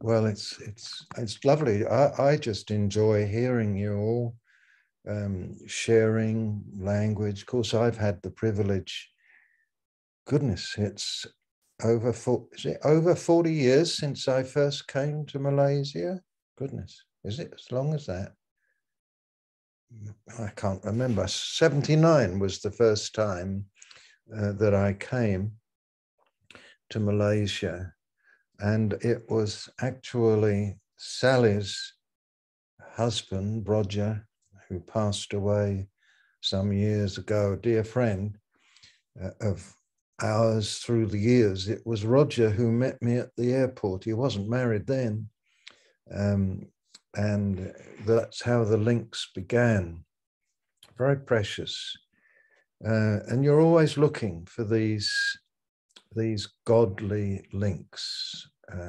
Well, it's lovely. I just enjoy hearing you all sharing language. Of course, I've had the privilege. Goodness, it's is it over 40 years since I first came to Malaysia? Goodness, is it as long as that? I can't remember. 79 was the first time that I came to Malaysia. And it was actually Sally's husband, Roger, who passed away some years ago, a dear friend of ours through the years. It was Roger who met me at the airport. He wasn't married then. And that's how the links began. Very precious. And you're always looking for these godly links.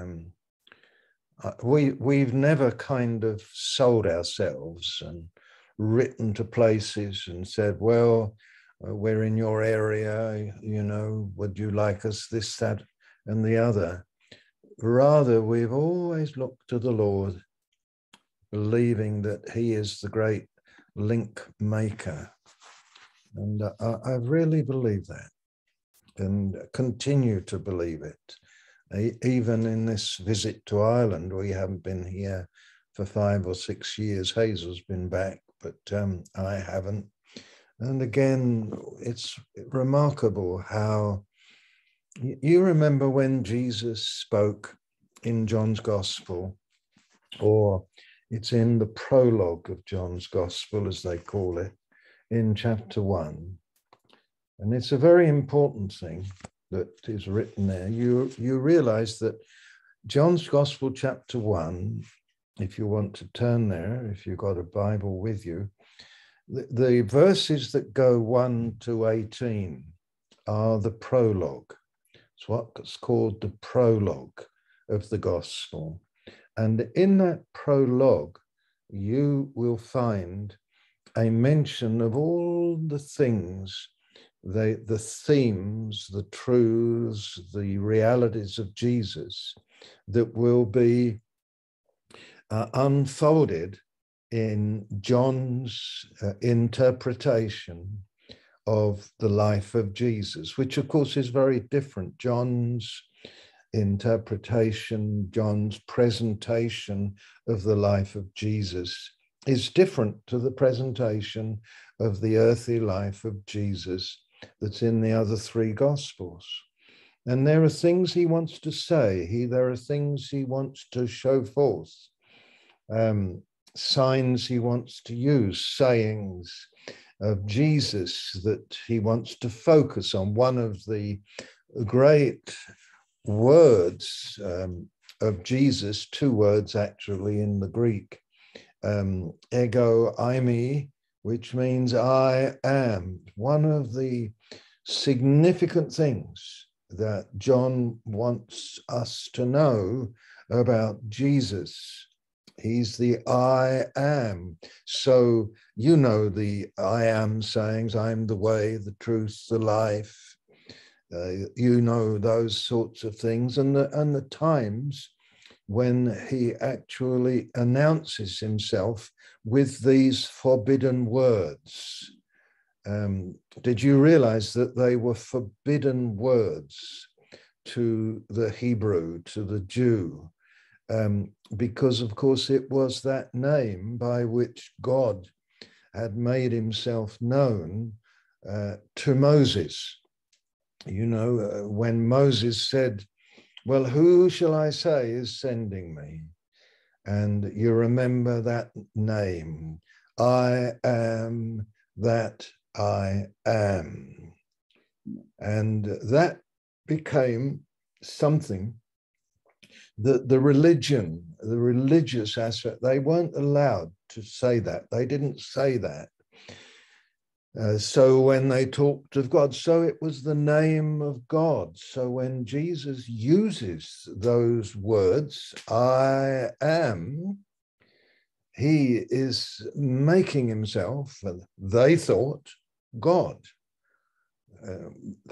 We've never kind of sold ourselves and written to places and said, well, we're in your area, would you like us this, that, and the other? Rather, we've always looked to the Lord, believing that he is the great link maker. And I really believe that and continue to believe it. Even in this visit to Ireland, we haven't been here for 5 or 6 years. Hazel's been back, but I haven't. And again, it's remarkable how you remember when Jesus spoke in John's Gospel, or it's in the prologue of John's Gospel, as they call it, in chapter 1. And it's a very important thing that is written there. You realize that John's Gospel, chapter 1, if you want to turn there, if you've got a Bible with you, the verses that go 1 to 18 are the prologue. It's what's called the prologue of the Gospel. And in that prologue, you will find a mention of all the things, the themes, the truths, the realities of Jesus that will be unfolded in John's interpretation of the life of Jesus, which of course is very different. John's interpretation, John's presentation of the life of Jesus is different to the presentation of the earthly life of Jesus that's in the other 3 Gospels. And there are things he wants to say. There are things he wants to show forth, signs he wants to use, sayings of Jesus that he wants to focus on. One of the great words of Jesus, 2 words actually in the Greek, ego eimi, which means I am. One of the significant things that John wants us to know about Jesus. He's the I am. So you know the I am sayings, I'm the way, the truth, the life. You know those sorts of things, and the times when he actually announces himself with these forbidden words. Did you realize that they were forbidden words to the Hebrew, to the Jew? Because, of course, it was that name by which God had made himself known to Moses. You know, when Moses said, well, who shall I say is sending me? And you remember that name, I am that I am. And that became something that the religious aspect, they weren't allowed to say that. They didn't say that. So when they talked of God, so it was the name of God. So when Jesus uses those words, I am, he is making himself, they thought, God.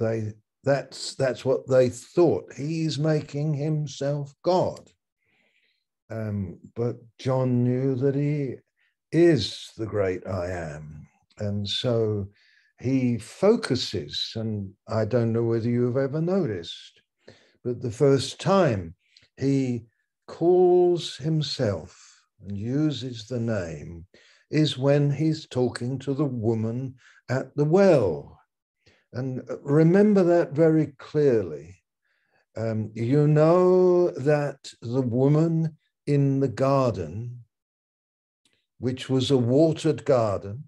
That's what they thought. He's making himself God. but John knew that he is the great I am. And so he focuses, and I don't know whether you've ever noticed, but the first time he calls himself and uses the name is when he's talking to the woman at the well. And remember that very clearly. You know that the woman in the garden, which was a watered garden,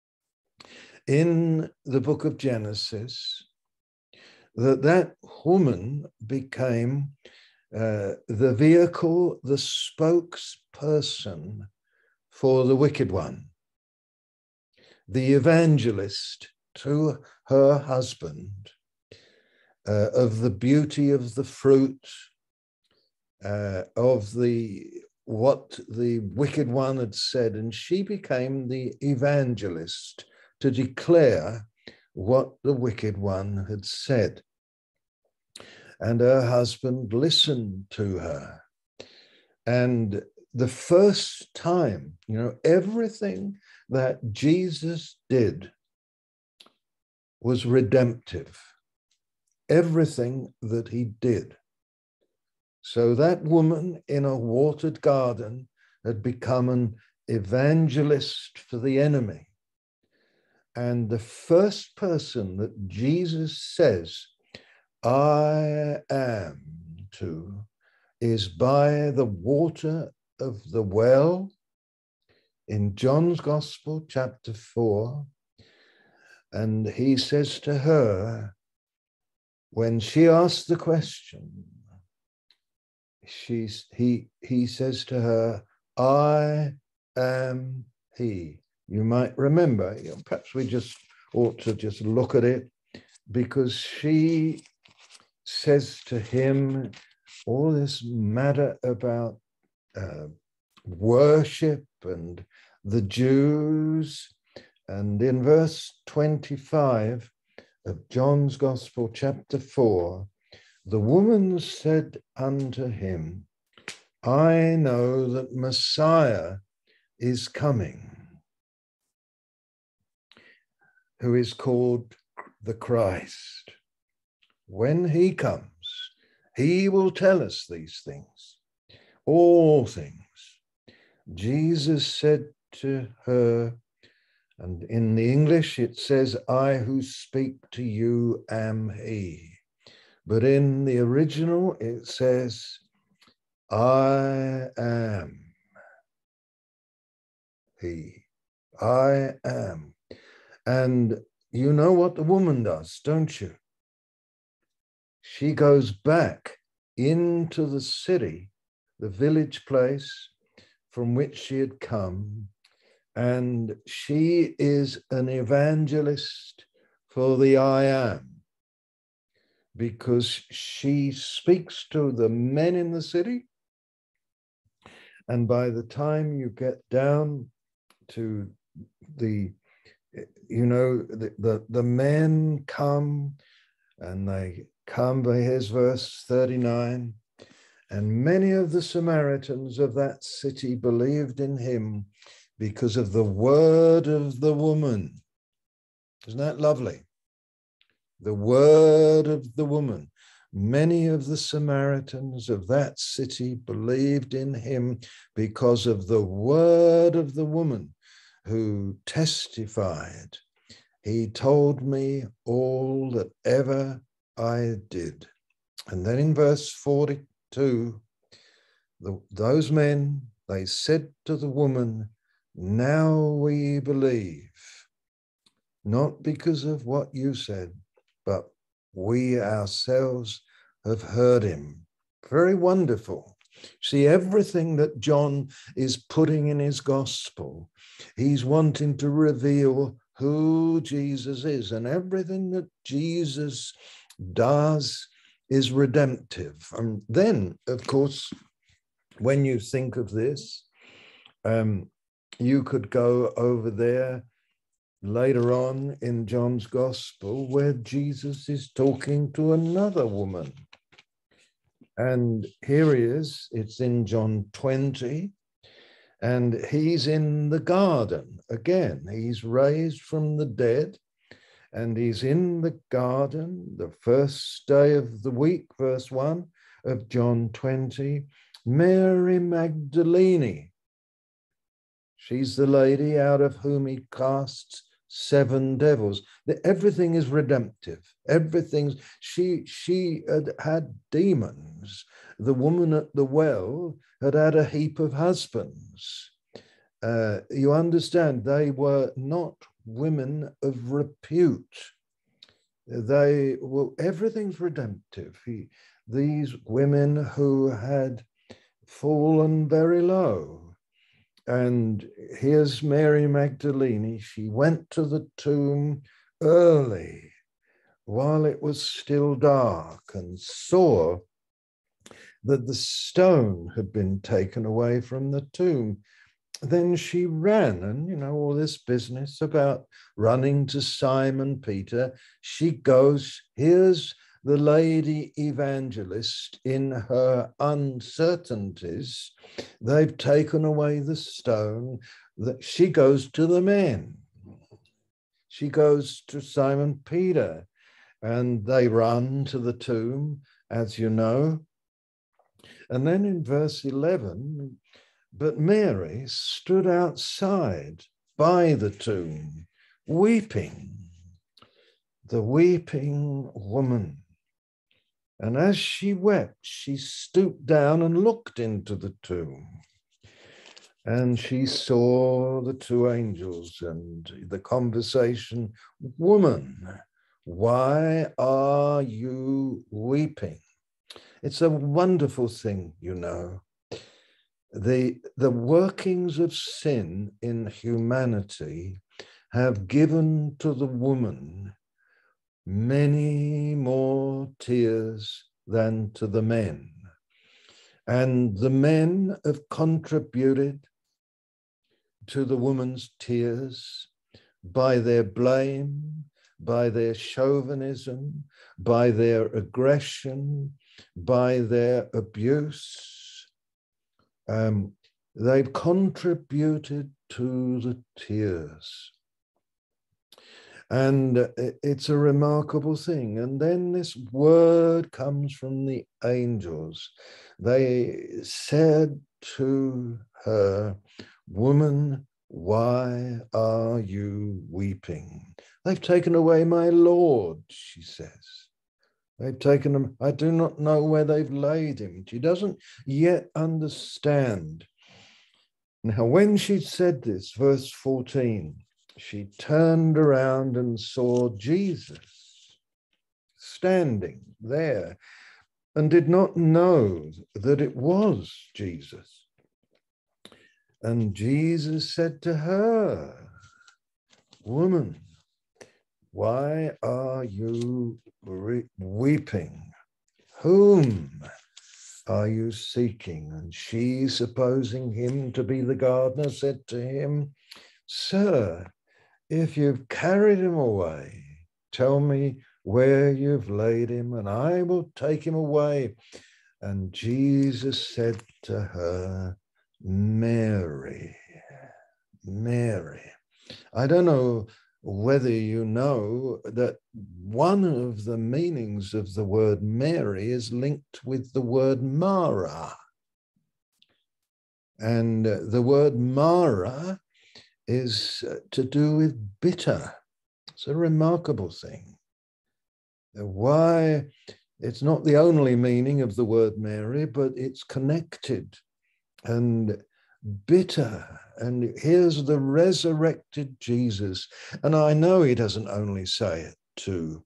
in the book of Genesis, that woman became the vehicle, the spokesperson for the wicked one, the evangelist to her husband of the beauty of the fruit, of what the wicked one had said, and she became the evangelist to declare what the wicked one had said. And her husband listened to her. And the first time, everything that Jesus did was redemptive. Everything that he did. So that woman in a watered garden had become an evangelist for the enemy. And the first person that Jesus says, I am to, is by the water of the well in John's Gospel, chapter 4. And he says to her, when she asked the question, he says to her, I am he. You might remember, perhaps we just ought to just look at it, because she says to him all this matter about worship and the Jews. And in verse 25 of John's Gospel, chapter 4, the woman said unto him, I know that Messiah is coming, who is called the Christ. When he comes, he will tell us these things, all things. Jesus said to her, and in the English it says, I who speak to you am he. But in the original it says, I am he. I am. And you know what the woman does, don't you? She goes back into the city, the village place from which she had come, and she is an evangelist for the I am, because she speaks to the men in the city. And by the time you get down to the men come, and they come by his verse 39, and many of the Samaritans of that city believed in him because of the word of the woman. Isn't that lovely? The word of the woman. Many of the Samaritans of that city believed in him because of the word of the woman who testified, he told me all that ever I did. And then in verse 42, those men, they said to the woman, now we believe, not because of what you said, but we ourselves have heard him. Very wonderful. See, everything that John is putting in his gospel, he's wanting to reveal who Jesus is, and everything that Jesus does is redemptive. And then, of course, when you think of this, you could go over there later on in John's gospel where Jesus is talking to another woman. And here he is, it's in John 20, and he's in the garden again. He's raised from the dead, and he's in the garden, the first day of the week, verse 1 of John 20. Mary Magdalene, she's the lady out of whom he casts 7 devils. Everything is redemptive. She had demons. The woman at the well had a heap of husbands. You understand, they were not women of repute. Everything's redemptive. These women who had fallen very low. And here's Mary Magdalene. She went to the tomb early while it was still dark and saw that the stone had been taken away from the tomb. Then she ran, and all this business about running to Simon Peter. She goes, here's the lady evangelist in her uncertainties. They've taken away the stone. She goes to the men. She goes to Simon Peter, and they run to the tomb, as you know. And then in verse 11, but Mary stood outside by the tomb, weeping, the weeping woman. And as she wept, she stooped down and looked into the tomb. And she saw the 2 angels and the conversation, woman, why are you weeping? It's a wonderful thing, The workings of sin in humanity have given to the woman many more tears than to the men. And the men have contributed to the woman's tears by their blame, by their chauvinism, by their aggression, by their abuse. They've contributed to the tears. And it's a remarkable thing. And then this word comes from the angels. They said to her, woman, why are you weeping? They've taken away my Lord, she says. They've taken him. I do not know where they've laid him. She doesn't yet understand. Now, when she said this, verse 14, she turned around and saw Jesus standing there and did not know that it was Jesus. And Jesus said to her, woman, why are you weeping? Whom are you seeking? And she, supposing him to be the gardener, said to him, Sir, if you've carried him away, tell me where you've laid him, and I will take him away. And Jesus said to her, Mary, Mary. I don't know whether you know that one of the meanings of the word Mary is linked with the word Mara. And the word Mara is to do with bitter. It's a remarkable thing. Why? It's not the only meaning of the word Mary, but it's connected and bitter. And here's the resurrected Jesus. And I know he doesn't only say it to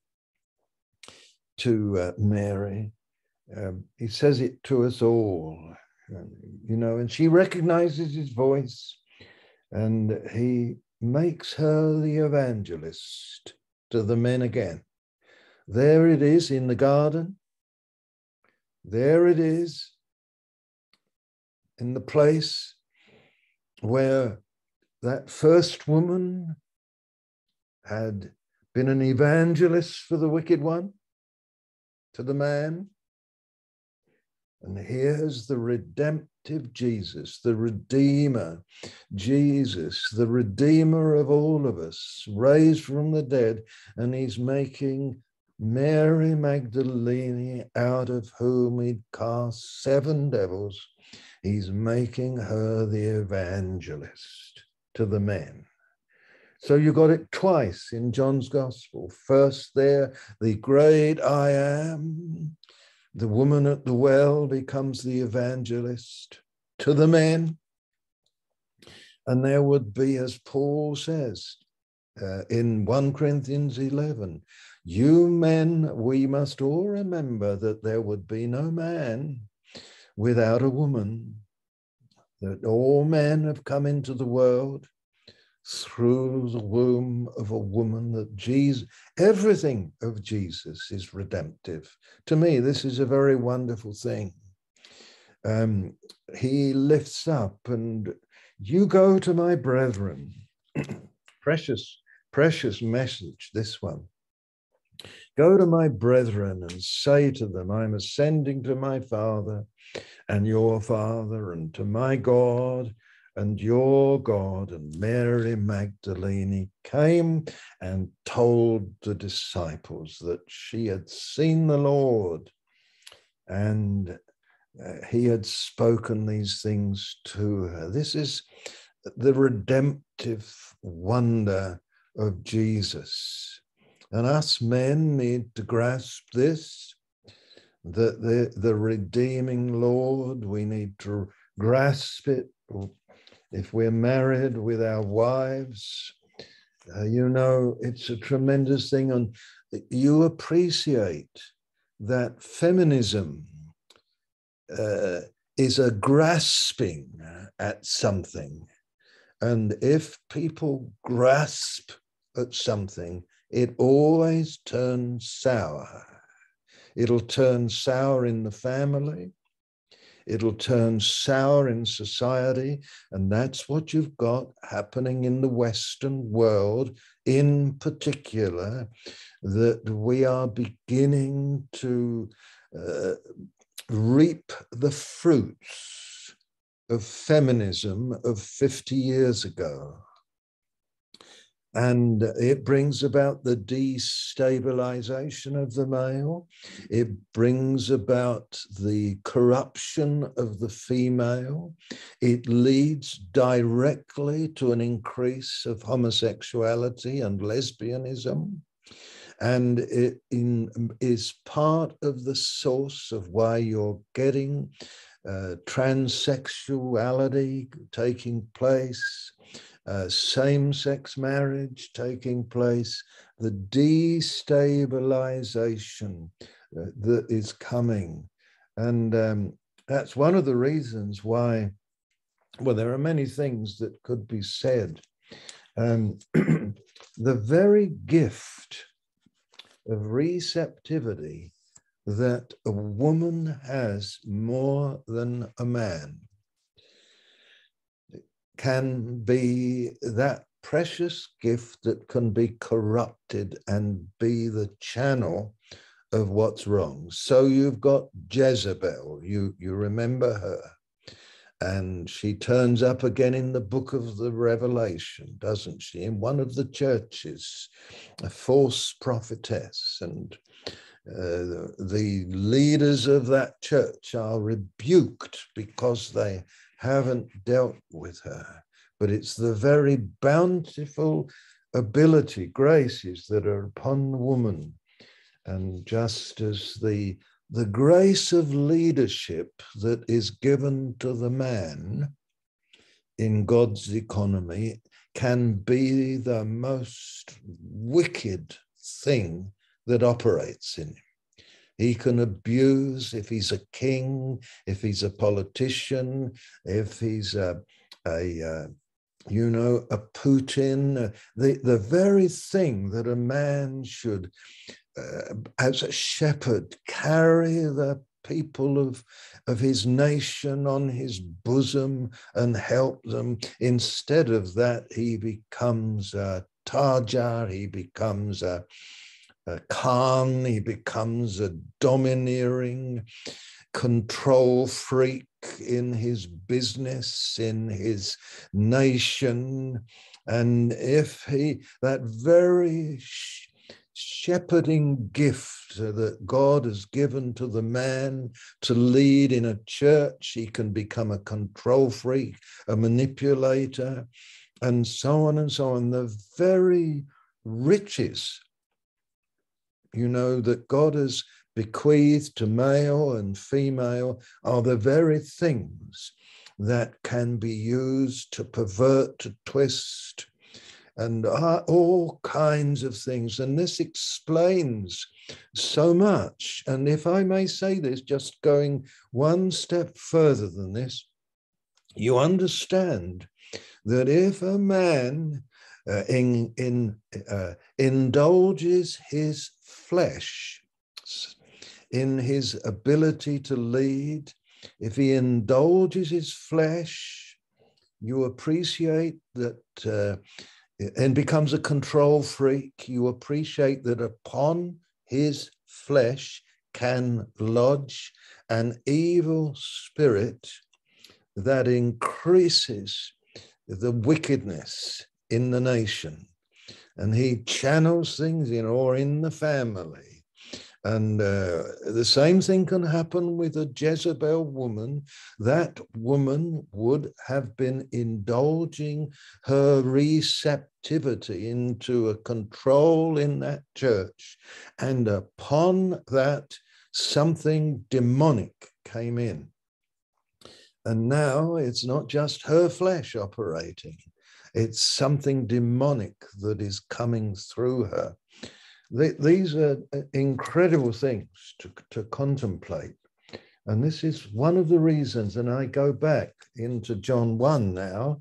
Mary. He says it to us all, and she recognizes his voice, and he makes her the evangelist to the men again. There it is in the garden. There it is in the place where that first woman had been an evangelist for the wicked one, to the man. And here's the redemptive Jesus, the Redeemer, Jesus, the Redeemer of all of us, raised from the dead, and he's making Mary Magdalene, out of whom he'd cast 7 devils, he's making her the evangelist to the men. So you got it twice in John's Gospel. First there, the great I am, the woman at the well becomes the evangelist to the men. And there would be, as Paul says in 1 Corinthians 11, you men, we must all remember that there would be no man without a woman, that all men have come into the world through the womb of a woman, that Jesus, everything of Jesus is redemptive. To me, this is a very wonderful thing. He lifts up, and you go to my brethren. Precious, precious message, this one. Go to my brethren and say to them, I'm ascending to my Father and your Father, and to my God and your God. And Mary Magdalene came and told the disciples that she had seen the Lord, and he had spoken these things to her. This is the redemptive wonder of Jesus. And us men need to grasp this, that the redeeming Lord, we need to grasp it. If we're married with our wives, you know, it's a tremendous thing. And you appreciate that feminism is a grasping at something. And if people grasp at something, it always turns sour. It'll turn sour in the family. It'll turn sour in society. And that's what you've got happening in the Western world in particular, that we are beginning to reap the fruits of feminism of 50 years ago. And it brings about the destabilization of the male. It brings about the corruption of the female. It leads directly to an increase of homosexuality and lesbianism. And it is part of the source of why you're getting transsexuality taking place, same-sex marriage taking place, the destabilization that is coming. And that's one of the reasons why, well, there are many things that could be said. The very gift of receptivity that a woman has more than a man can be that precious gift that can be corrupted and be the channel of what's wrong. So you've got Jezebel, you remember her, and she turns up again in the book of the Revelation, doesn't she? In one of the churches, a false prophetess, and the leaders of that church are rebuked because they haven't dealt with her. But it's the very bountiful ability, graces that are upon the woman. And just as the grace of leadership that is given to the man in God's economy can be the most wicked thing that operates in him. He can abuse, if he's a king, if he's a politician, if he's a Putin, the very thing that a man should, as a shepherd, carry the people of his nation on his bosom and help them. Instead of that, he becomes a Tajar, he becomes a Khan, he becomes a domineering, control freak in his business, in his nation. And if that very shepherding gift that God has given to the man to lead in a church, he can become a control freak, a manipulator, and so on and so on. The very riches, that God has bequeathed to male and female are the very things that can be used to pervert, to twist, and all kinds of things. And this explains so much. And if I may say this, just going one step further than this, you understand that if a man indulges his flesh in his ability to lead, if he indulges his flesh, you appreciate that, and becomes a control freak, you appreciate that upon his flesh can lodge an evil spirit that increases the wickedness in the nation. And he channels things or in the family. And the same thing can happen with a Jezebel woman. That woman would have been indulging her receptivity into a control in that church. And upon that, something demonic came in. And now it's not just her flesh operating. It's something demonic that is coming through her. These are incredible things to contemplate. And this is one of the reasons, and I go back into John 1 now,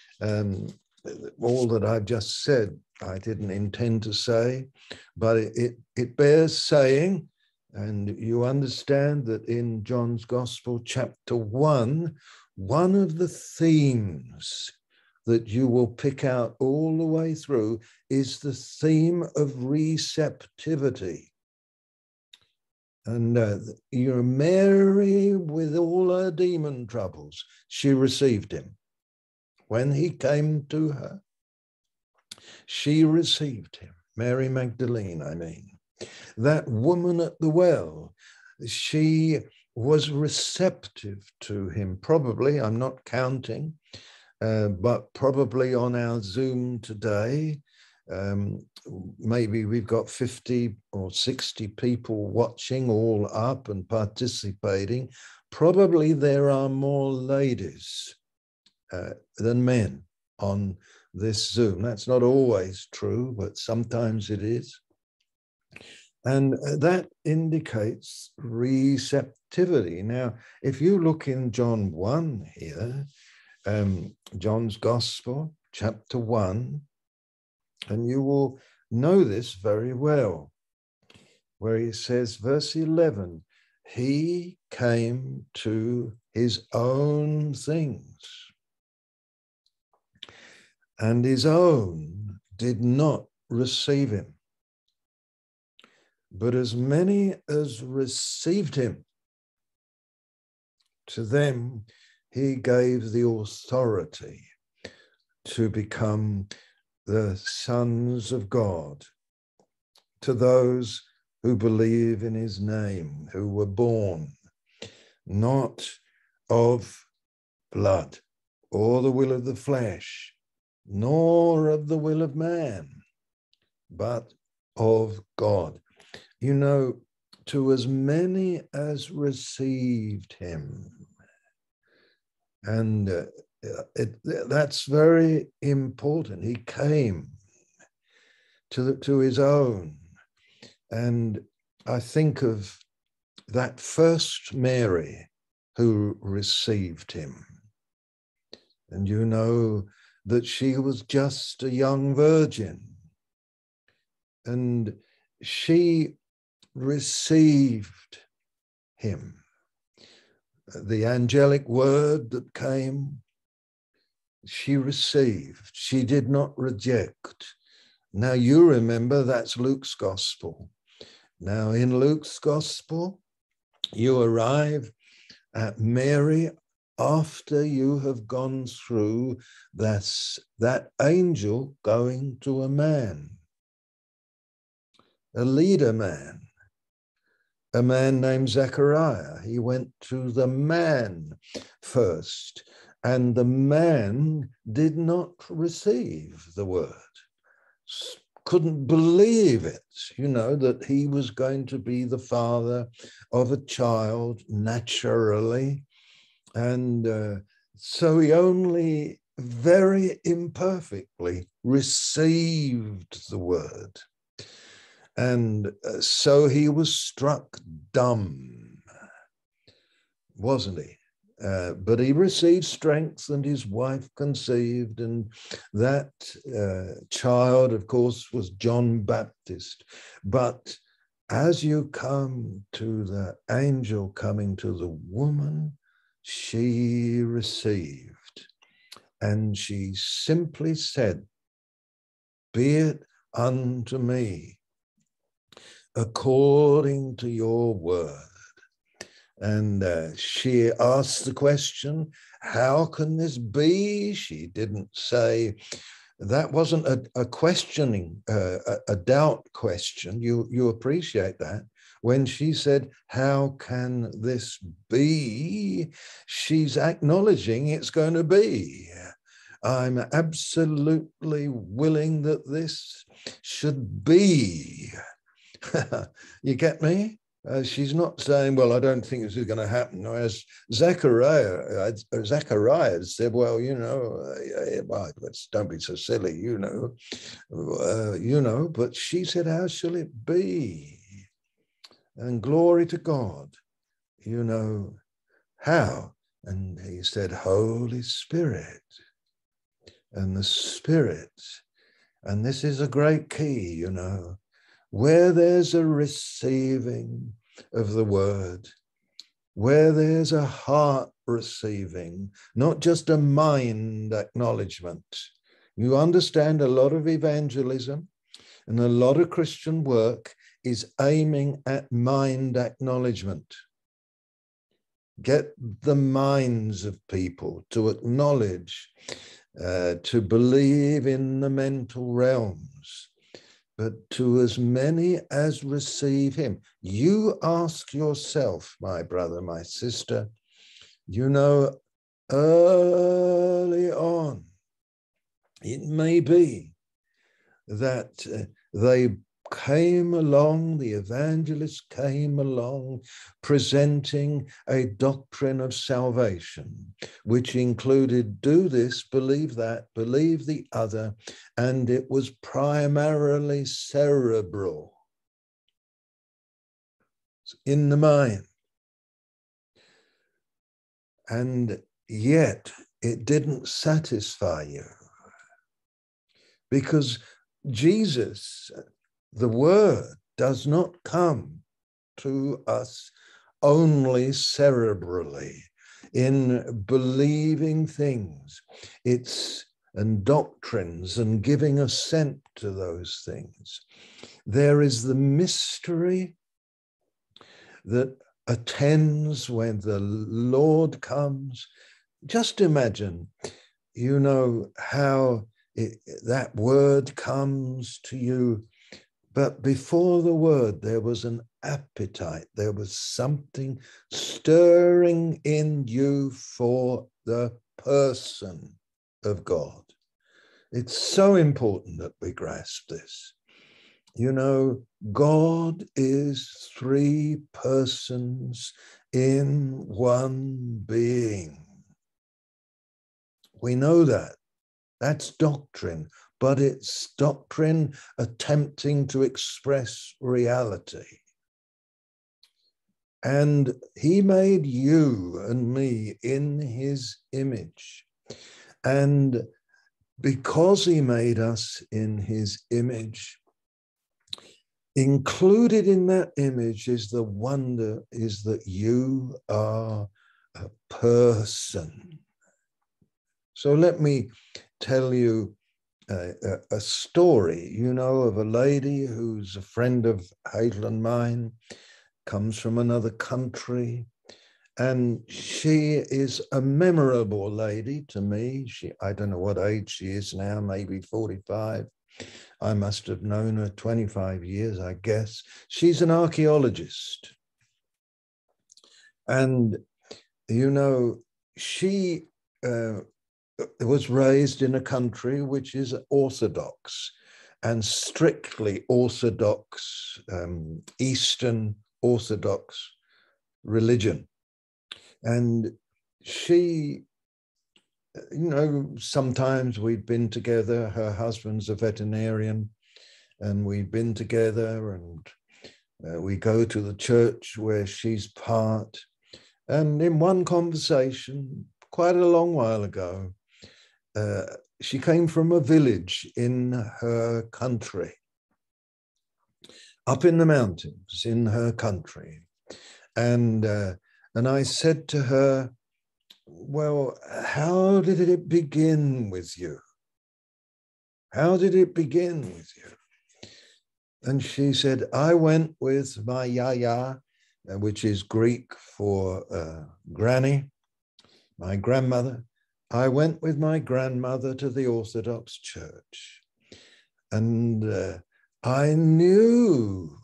all that I've just said, I didn't intend to say, but it bears saying, and you understand that in John's Gospel, chapter 1, one of the themes that you will pick out all the way through is the theme of receptivity. And Mary, with all her demon troubles, she received him. When he came to her, she received him. Mary Magdalene, I mean. That woman at the well, she was receptive to him. Probably, I'm not counting, but probably on our Zoom today, maybe we've got 50 or 60 people watching, all up and participating. Probably there are more ladies than men on this Zoom. That's not always true, but sometimes it is. And that indicates receptivity. Now, if you look in John 1 here, John's Gospel, chapter 1, and you will know this very well, where he says, verse 11, he came to his own things, and his own did not receive him. But as many as received him, to them he gave the authority to become the sons of God, to those who believe in his name, who were born not of blood or the will of the flesh, nor of the will of man, but of God. To as many as received him. And that's very important. He came to his own. And I think of that first Mary who received him. And you know that she was just a young virgin. And she received him. The angelic word that came, she received. She did not reject. Now you remember that's Luke's gospel. Now in Luke's gospel, you arrive Mary, after you have gone through that angel going to a man, a leader man, a man named Zechariah. He went to the man first, and the man did not receive the word, couldn't believe it, that he was going to be the father of a child naturally. And so he only very imperfectly received the word. And so he was struck dumb, wasn't he? But he received strength, and his wife conceived, and that child, of course, was John Baptist. But as you come to the angel coming to the woman, she received, and she simply said, "Be it unto me according to your word." And she asked the question, how can this be? She didn't say, that wasn't a questioning, a doubt question. You appreciate that. When she said, how can this be? She's acknowledging it's going to be. I'm absolutely willing that this should be. You get me? She's not saying, well, I don't think this is going to happen. As Zechariah said, well, don't be so silly, but she said, how shall it be? And glory to God, how? And he said, Holy Spirit. And the Spirit, and this is a great key, where there's a receiving of the word, where there's a heart receiving, not just a mind acknowledgement. You understand, a lot of evangelism and a lot of Christian work is aiming at mind acknowledgement. Get the minds of people to acknowledge, to believe in the mental realms, but to as many as receive him. You ask yourself, my brother, my sister, early on, it may be that they came along, the evangelists came along, presenting a doctrine of salvation, which included do this, believe that, believe the other, and it was primarily cerebral, in the mind. And yet it didn't satisfy you, because Jesus, the word, does not come to us only cerebrally in believing things. It's and doctrines and giving assent to those things. There is the mystery that attends when the Lord comes. Just imagine, how that word comes to you. But before the word, there was an appetite. There was something stirring in you for the person of God. It's so important that we grasp this. God is three persons in one being. We know that. That's doctrine. But it's doctrine attempting to express reality. And he made you and me in his image. And because he made us in his image, included in that image is the wonder is that you are a person. So let me tell you a story, of a lady who's a friend of Hazel and mine, comes from another country, And she is a memorable lady to me. I don't know what age she is now, maybe 45. I must have known her 25 years, I guess. She's an archaeologist. And, you know, she was raised in a country which is Orthodox and strictly Orthodox, Eastern Orthodox religion. And she, you know, sometimes we've been together. Her husband's a veterinarian, and we've been together, and we go to the church where she's part. And in one conversation, quite a long while ago, she came from a village in her country, up in the mountains in her country. And I said to her, well, how did it begin with you? How did it begin with you? And she said, I went with my yaya, which is Greek for granny, my grandmother. I went with my grandmother to the Orthodox Church. And I knew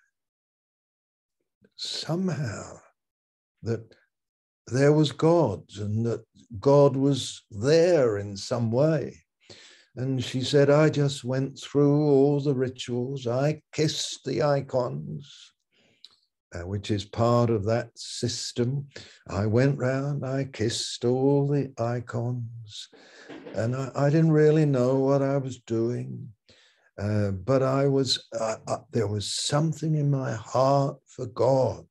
somehow that there was God and that God was there in some way. And she said, I just went through all the rituals. I kissed the icons, which is part of that system. I went round, I kissed all the icons, and I didn't really know what I was doing. But there was something in my heart for God.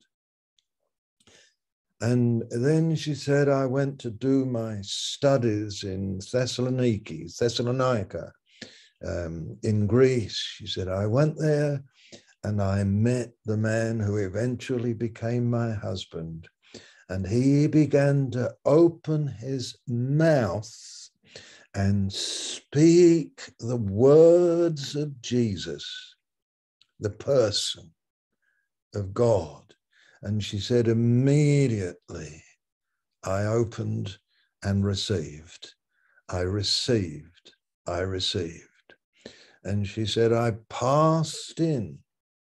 And then she said, I went to do my studies in Thessalonica, in Greece. She said, I went there and I met the man who eventually became my husband. And he began to open his mouth and speak the words of Jesus, the person of God. And she said, immediately I opened and received. I received. And she said, I passed in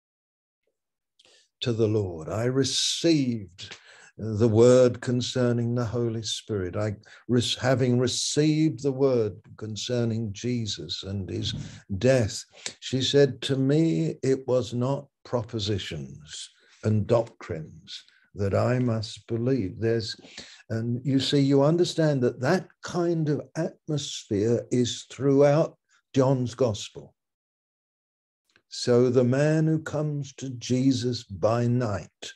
to the Lord. I received the word concerning the Holy Spirit. Having received the word concerning Jesus and his death, she said, to me, it was not propositions and doctrines that I must believe. And you see, you understand that kind of atmosphere is throughout John's gospel. So the man who comes to Jesus by night,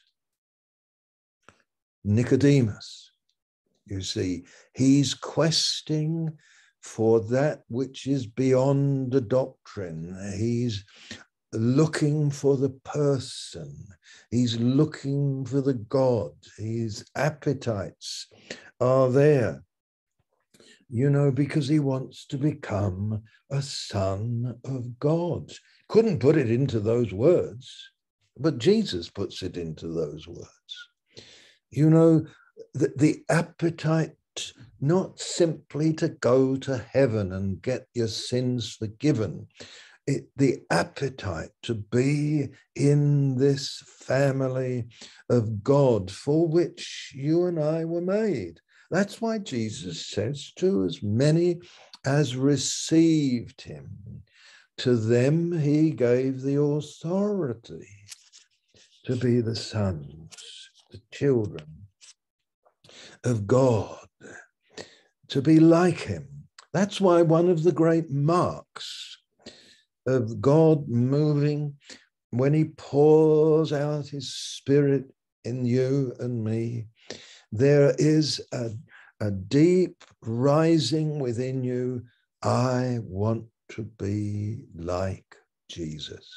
Nicodemus, you see, he's questing for that which is beyond the doctrine. He's looking for the person. He's looking for the God. His appetites are there, you know, because he wants to become a son of God. Couldn't put it into those words, but Jesus puts it into those words. You know, the appetite not simply to go to heaven and get your sins forgiven, the appetite to be in this family of God for which you and I were made. That's why Jesus says to as many as received him, to them he gave the authority to be the sons, the children of God, to be like him. That's why one of the great marks of God moving, when he pours out his Spirit in you and me, there is a deep rising within you. I want to be like Jesus.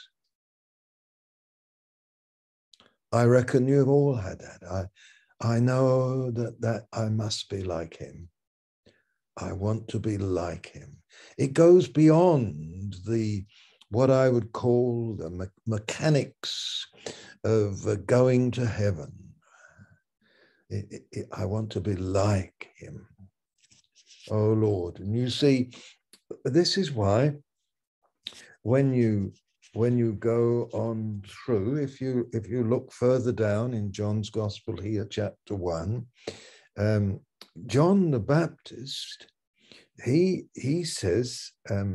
I reckon you've all had that. I know that I must be like him. I want to be like him. It goes beyond what I would call the mechanics of going to heaven. I want to be like him, oh Lord. And you see, this is why when you go on through, if you look further down in John's Gospel here, chapter 1, John the Baptist, he says,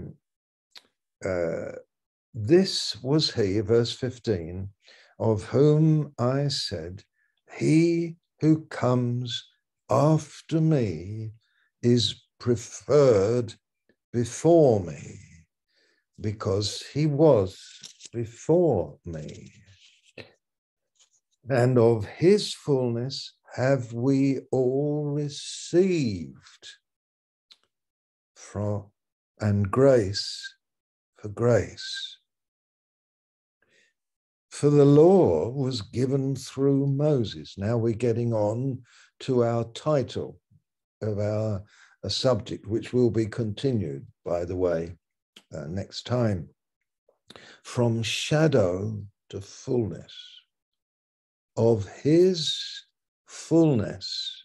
this was he, verse 15, of whom I said, he who comes after me is preferred before me, because he was before me. And of his fullness have we all received, and grace for grace. For the law was given through Moses. Now we're getting on to our title of our subject, which will be continued, by the way, next time. From shadow to fullness. Of his fullness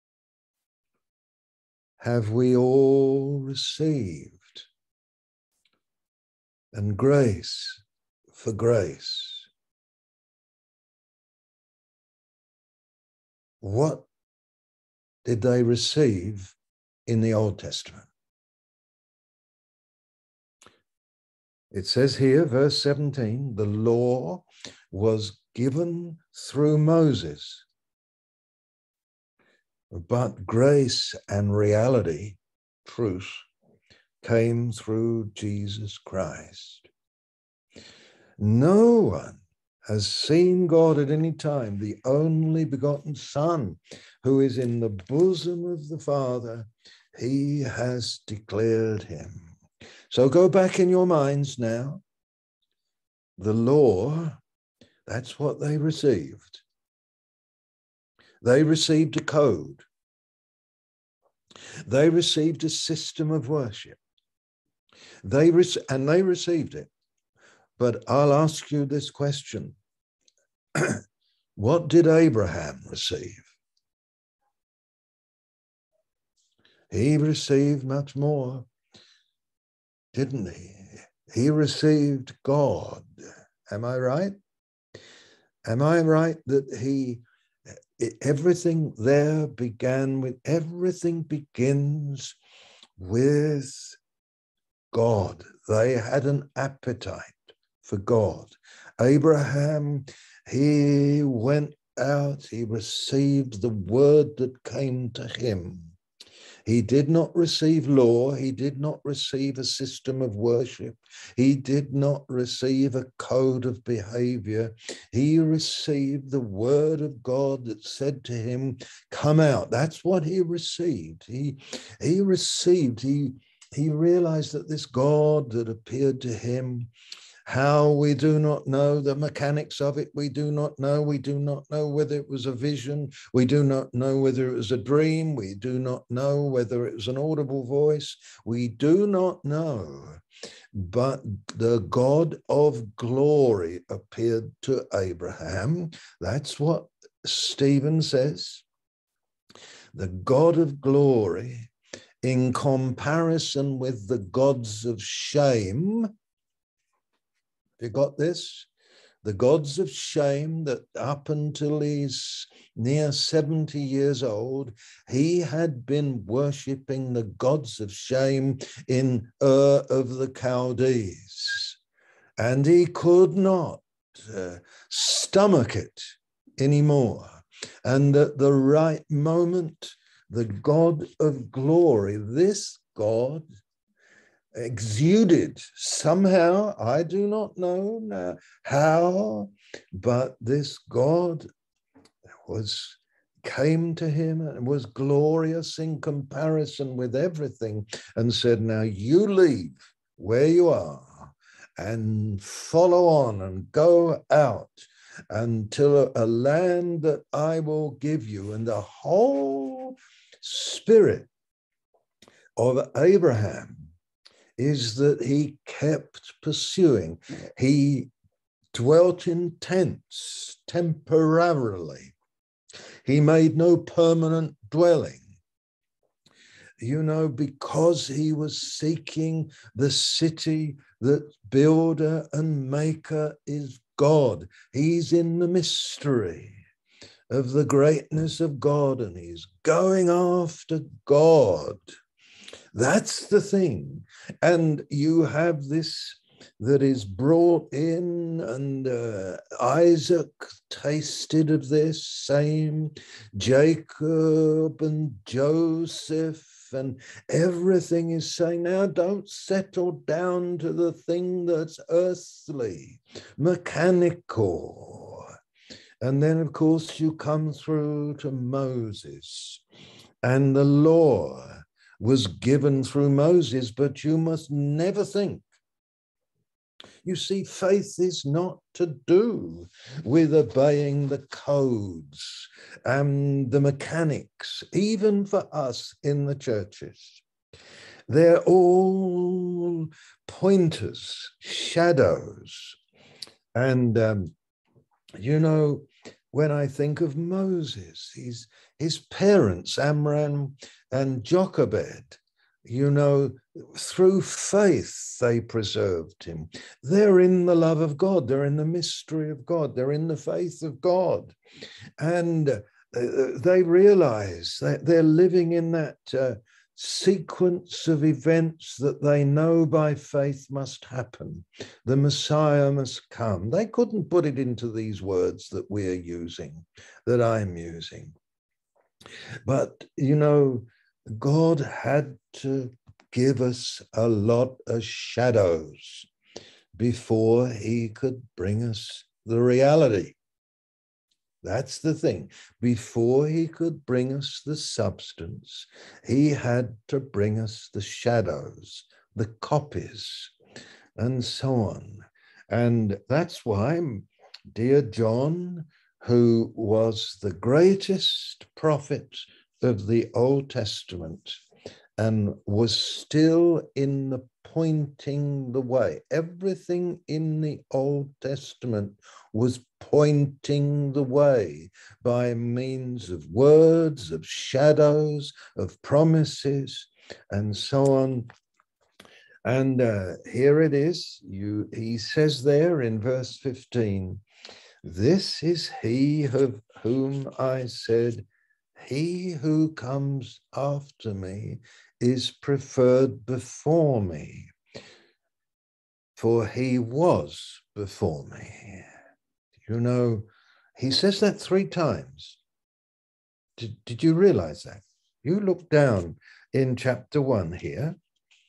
have we all received, and grace for grace. What did they receive in the Old Testament? It says here, verse 17, the law was given through Moses, but grace and reality, truth, came through Jesus Christ. No one has seen God at any time, the only begotten Son, who is in the bosom of the Father, he has declared him. So go back in your minds now. The law, that's what they received. They received a code. They received a system of worship. They received it. But I'll ask you this question. What did Abraham receive? He received much more, didn't he? He received God. Am I right? Am I right that everything there everything begins with God. They had an appetite for God. Abraham, he went out, he received the word that came to him. He did not receive law. He did not receive a system of worship. He did not receive a code of behavior. He received the word of God that said to him, come out. That's what he received. He realized that this God that appeared to him, how we do not know the mechanics of it. We do not know. We do not know whether it was a vision. We do not know whether it was a dream. We do not know whether it was an audible voice. We do not know. But the God of glory appeared to Abraham. That's what Stephen says. The God of glory, in comparison with the gods of shame. You got this? The gods of shame, that up until he's near 70 years old, he had been worshipping the gods of shame in Ur of the Chaldees. And he could not stomach it anymore. And at the right moment, the God of glory, this God, exuded somehow, I do not know now how, but this God came to him and was glorious in comparison with everything, and said, now you leave where you are and follow on and go out until a land that I will give you. And the whole spirit of Abraham is that he kept pursuing. He dwelt in tents temporarily. He made no permanent dwelling. You know, because he was seeking the city that builder and maker is God. He's in the mystery of the greatness of God, and he's going after God. That's the thing. And you have this that is brought in, and Isaac tasted of this same, Jacob and Joseph, and everything is saying, now don't settle down to the thing that's earthly, mechanical. And then, of course, you come through to Moses, and the law was given through Moses, but you must never think. You see, faith is not to do with obeying the codes and the mechanics, even for us in the churches. They're all pointers, shadows. And, you know, when I think of Moses, his parents, Amram and Jochebed, you know, through faith, they preserved him. They're in the love of God. They're in the mystery of God. They're in the faith of God. And they realize that they're living in that sequence of events that they know by faith must happen. The Messiah must come. They couldn't put it into these words that we're using, that I'm using. But, you know, God had to give us a lot of shadows before he could bring us the reality. That's the thing. Before he could bring us the substance, he had to bring us the shadows, the copies, and so on. And that's why, dear John, who was the greatest prophet of the Old Testament and was still in the pointing the way. Everything in the Old Testament was pointing the way by means of words, of shadows, of promises, and so on. And here it is. He says there in verse 15, this is he of whom I said, he who comes after me is preferred before me, for he was before me. You know, he says that 3 times. Did you realize that? You look down in chapter 1 here,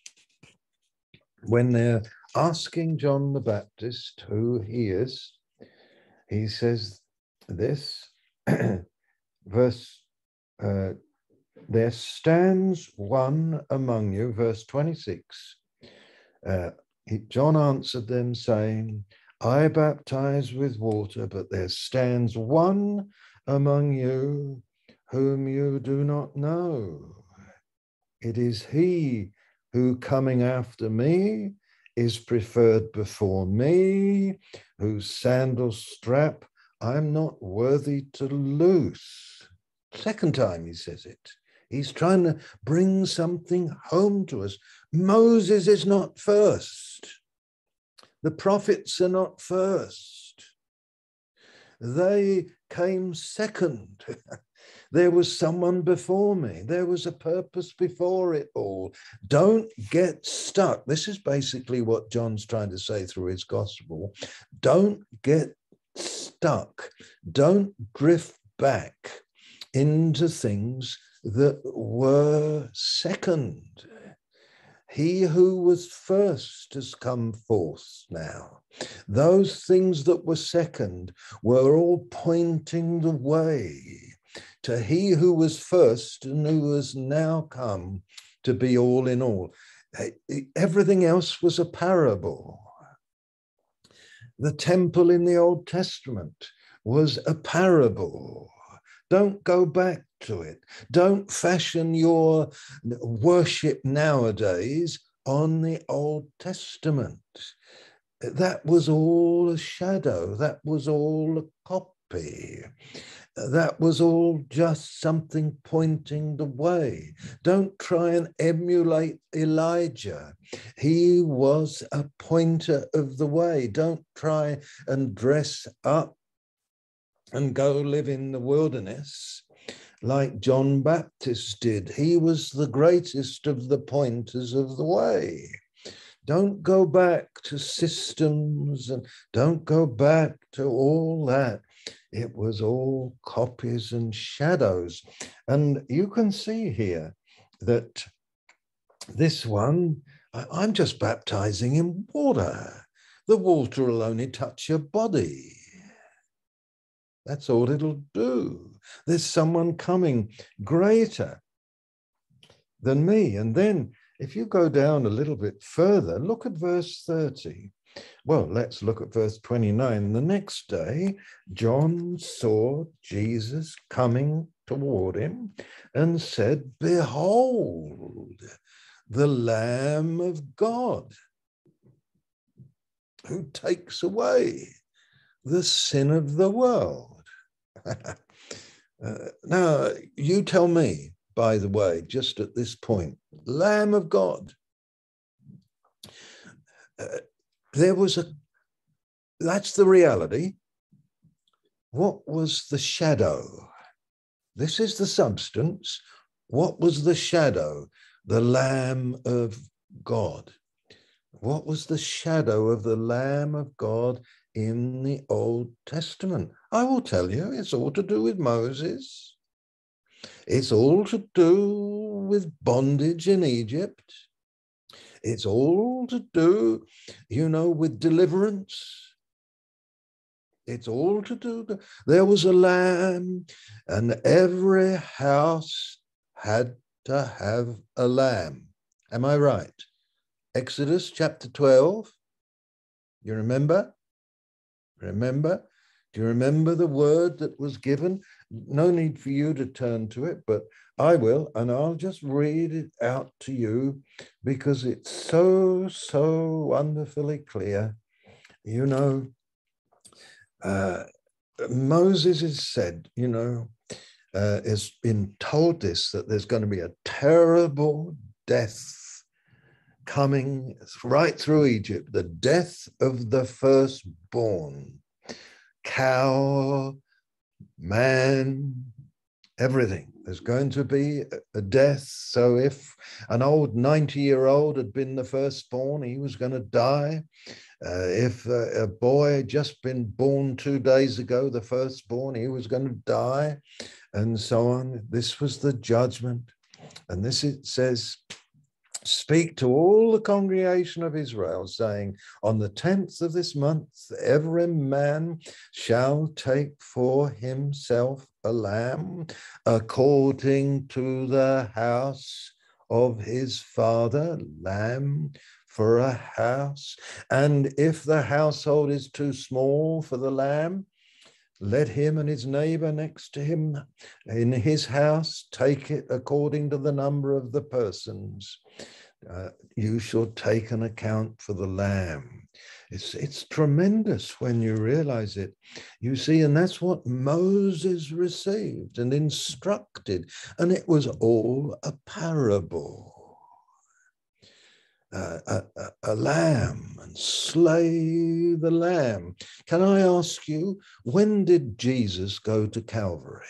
when they're asking John the Baptist who he is, he says this, verse there stands one among you, verse 26. John answered them saying, I baptize with water, but there stands one among you whom you do not know. It is he who coming after me is preferred before me, whose sandal strap I'm not worthy to loose. 2nd time he says it. He's trying to bring something home to us. Moses is not first. The prophets are not first. They came second. There was someone before me. There was a purpose before it all. Don't get stuck. This is basically what John's trying to say through his gospel. Don't get stuck. Don't drift back into things that were second. He who was first has come forth now. Those things that were second were all pointing the way to he who was first and who has now come to be all in all. Everything else was a parable. The temple in the Old Testament was a parable. Don't go back to it. Don't fashion your worship nowadays on the Old Testament. That was all a shadow. That was all a copy. that was all just something pointing the way. Don't try and emulate Elijah. He was a pointer of the way. Don't try and dress up and go live in the wilderness like John Baptist did. He was the greatest of the pointers of the way. Don't go back to systems and don't go back to all that. It was all copies and shadows. And you can see here that this one, I'm just baptizing in water. The water will only touch your body. That's all it'll do. There's someone coming greater than me. And then if you go down a little bit further, look at verse 30. Well, let's look at verse 29. The next day, John saw Jesus coming toward him and said, "Behold, the Lamb of God who takes away the sin of the world." Now, you tell me, by the way, just at this point, Lamb of God. That's the reality. What was the shadow? This is the substance. What was the shadow? The Lamb of God. What was the shadow of the Lamb of God in the Old Testament? I will tell you, it's all to do with Moses. It's all to do with bondage in Egypt. It's all to do, with deliverance. It's all to do. There was a lamb, and every house had to have a lamb. Am I right? Exodus chapter 12. You remember? Remember? Do you remember the word that was given? No need for you to turn to it, but I will, and I'll just read it out to you because it's so, so wonderfully clear. Moses is said, has been told this, that there's going to be a terrible death coming right through Egypt, the death of the firstborn. Cow, man, everything. There's going to be a death. So if an old 90-year-old had been the firstborn, he was going to die. If a boy had just been born 2 days ago, the firstborn, he was going to die, and so on. This was the judgment. And this, it says, "Speak to all the congregation of Israel, saying, on the 10th of this month, every man shall take for himself a lamb according to the house of his father, lamb for a house. And if the household is too small for the lamb, let him and his neighbor next to him in his house take it according to the number of the persons. You shall take an account for the lamb." It's tremendous when you realize it. You see, and that's what Moses received and instructed, and it was all a parable. A lamb, and slay the lamb. Can I ask you, when did Jesus go to Calvary?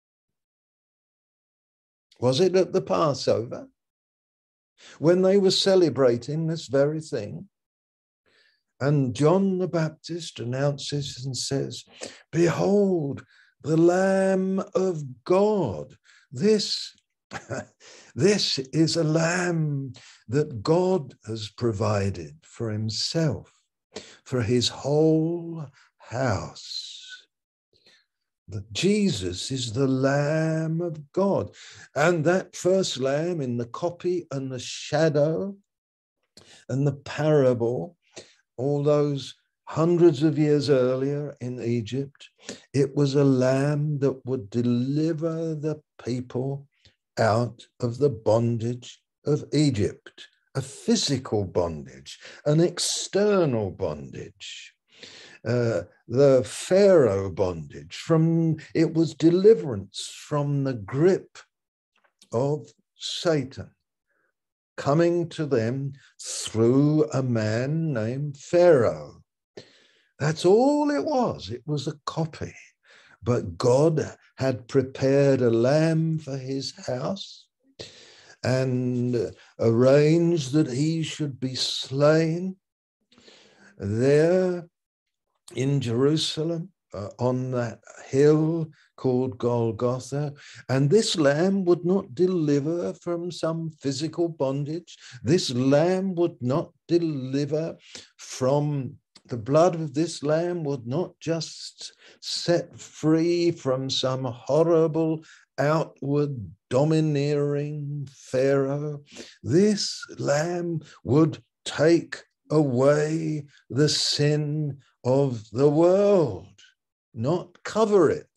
Was it at the Passover, when they were celebrating this very thing? And John the Baptist announces and says, "Behold, the Lamb of God." This is a lamb that God has provided for himself, for his whole house. That Jesus is the Lamb of God. And that first lamb in the copy and the shadow and the parable, all those hundreds of years earlier in Egypt, it was a lamb that would deliver the people out of the bondage of Egypt, a physical bondage, an external bondage. the Pharaoh bondage, it was deliverance from the grip of Satan coming to them through a man named Pharaoh. That's all it was. It was a copy. But God had prepared a lamb for his house and arranged that he should be slain there in Jerusalem on that hill called Golgotha. And this lamb would not deliver from some physical bondage. This lamb would not deliver from the blood of this lamb would not just set free from some horrible outward domineering Pharaoh. This lamb would take away the sin of the world, not cover it.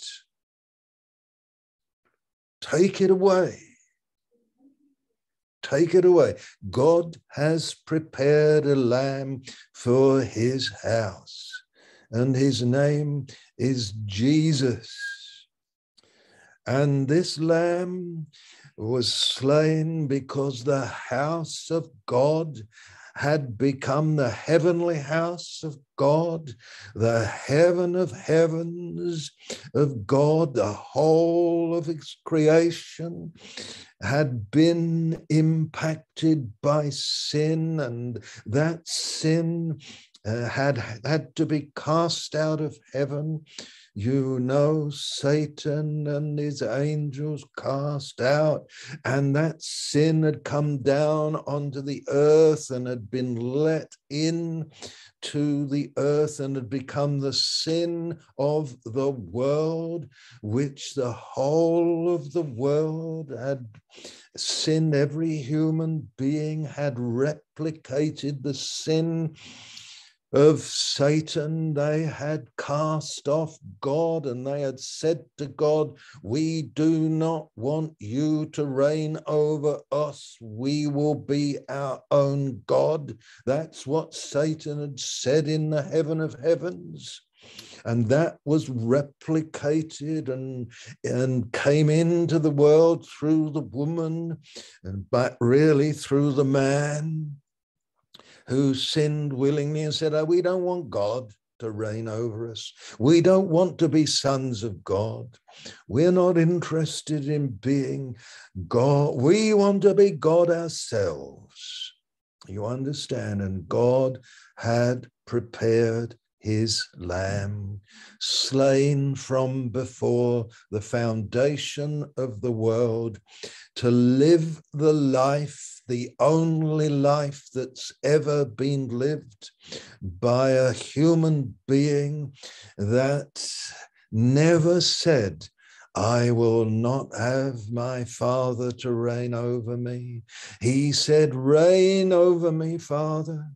Take it away. Take it away. God has prepared a lamb for his house, and his name is Jesus. And this lamb was slain because the house of God had become the heavenly house of God, the heaven of heavens of God. The whole of its creation had been impacted by sin, and that sin had to be cast out of heaven. You know, Satan and his angels cast out, and that sin had come down onto the earth and had been let in to the earth and had become the sin of the world, which the whole of the world had sinned. Every human being had replicated the sin of Satan. They had cast off God, and they had said to God, we do not want you to reign over us. We will be our own God. That's what Satan had said in the heaven of heavens. And that was replicated and came into the world through the woman, but really through the man who sinned willingly and said, we don't want God to reign over us. We don't want to be sons of God. We're not interested in being God. We want to be God ourselves. You understand? And God had prepared his lamb, slain from before the foundation of the world, to live the life, the only life that's ever been lived by a human being that never said, I will not have my Father to reign over me. He said, reign over me, Father.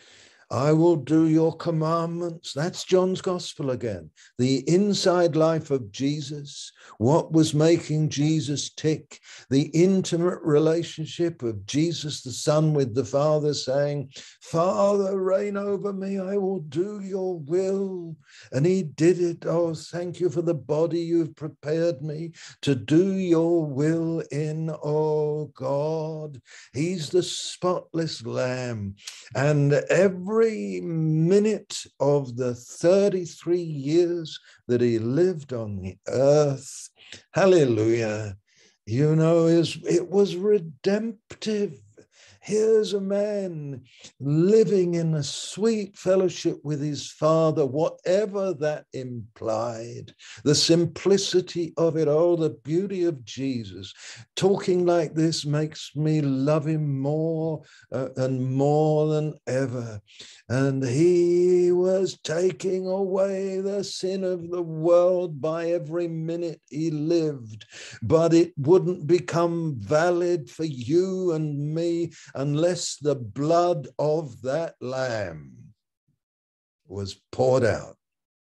I will do your commandments. That's John's gospel again. The inside life of Jesus, what was making Jesus tick, the intimate relationship of Jesus the Son with the Father, saying, Father, reign over me. I will do your will. And he did it. Oh, thank you for the body you've prepared me to do your will in, oh God. He's the spotless Lamb. And every minute of the 33 years that he lived on the earth, hallelujah, you know, it was redemptive. Here's a man living in a sweet fellowship with his Father, whatever that implied. The simplicity of it all, the beauty of Jesus. Talking like this makes me love him more and more than ever. And he was taking away the sin of the world by every minute he lived. But it wouldn't become valid for you and me unless the blood of that lamb was poured out,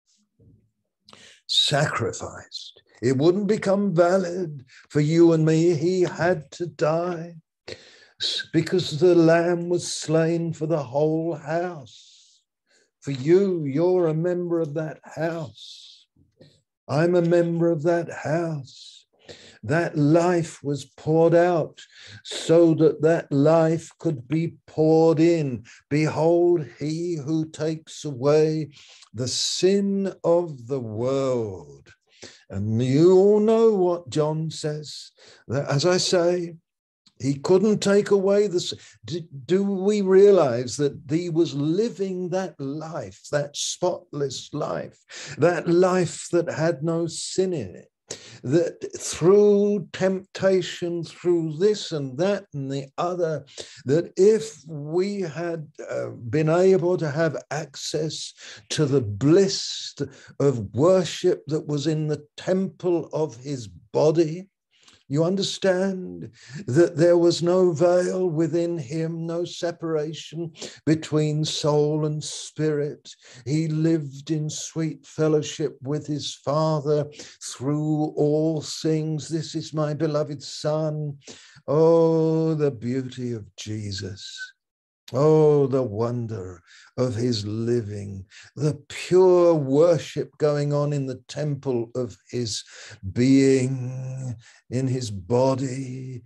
sacrificed. It wouldn't become valid for you and me. He had to die because the lamb was slain for the whole house, For you, you're a member of that house. I'm a member of that house. That life was poured out so that that life could be poured in. Behold, he who takes away the sin of the world. And you all know what John says, that, as I say, he couldn't take away the. Do we realize that he was living that life, that spotless life, that life that had no sin in it? That through temptation, through this and that and the other, that if we had been able to have access to the bliss of worship that was in the temple of his body, you understand that there was no veil within him, no separation between soul and spirit. He lived in sweet fellowship with his Father through all things. This is my beloved Son. Oh, the beauty of Jesus. Oh, the wonder of his living, the pure worship going on in the temple of his being, in his body,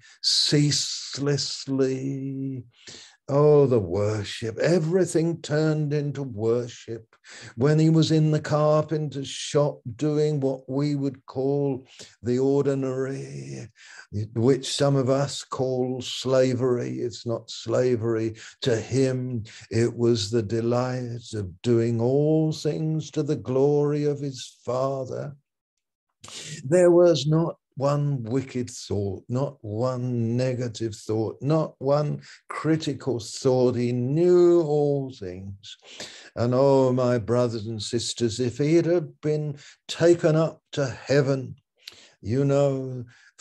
ceaselessly. Oh, the worship, everything turned into worship. When he was in the carpenter's shop doing what we would call the ordinary, which some of us call slavery. It's not slavery. To him, it was the delight of doing all things to the glory of his Father. There was not one wicked thought, not one negative thought, not one critical thought. He knew all things. And oh, my brothers and sisters, if he had been taken up to heaven, you know,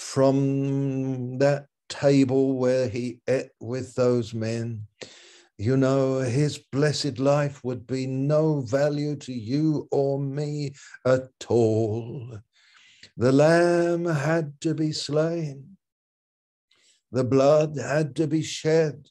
from that table where he ate with those men, you know, his blessed life would be no value to you or me at all. The lamb had to be slain. The blood had to be shed.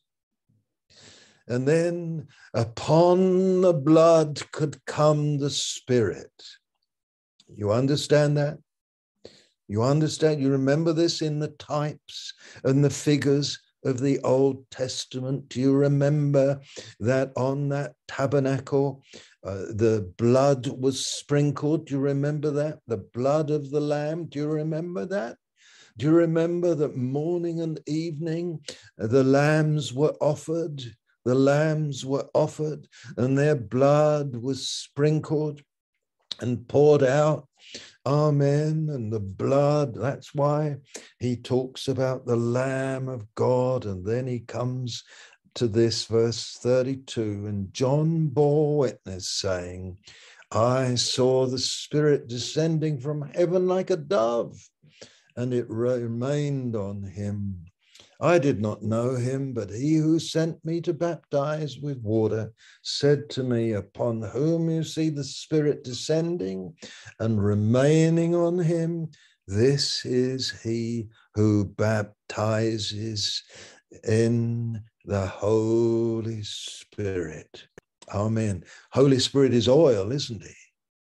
And then upon the blood could come the Spirit. You understand that? You understand? You remember this in the types and the figures of the Old Testament. Do you remember that on that tabernacle, the blood was sprinkled? Do you remember that? The blood of the lamb. Do you remember that? Do you remember that morning and evening, the lambs were offered? The lambs were offered and their blood was sprinkled and poured out. Amen. And the blood, that's why he talks about the Lamb of God. And then he comes to this verse 32. And John bore witness, saying, I saw the Spirit descending from heaven like a dove, and it remained on him. I did not know him, but he who sent me to baptize with water said to me, upon whom you see the Spirit descending and remaining on him, this is he who baptizes in the Holy Spirit. Amen. Holy Spirit is oil, isn't he?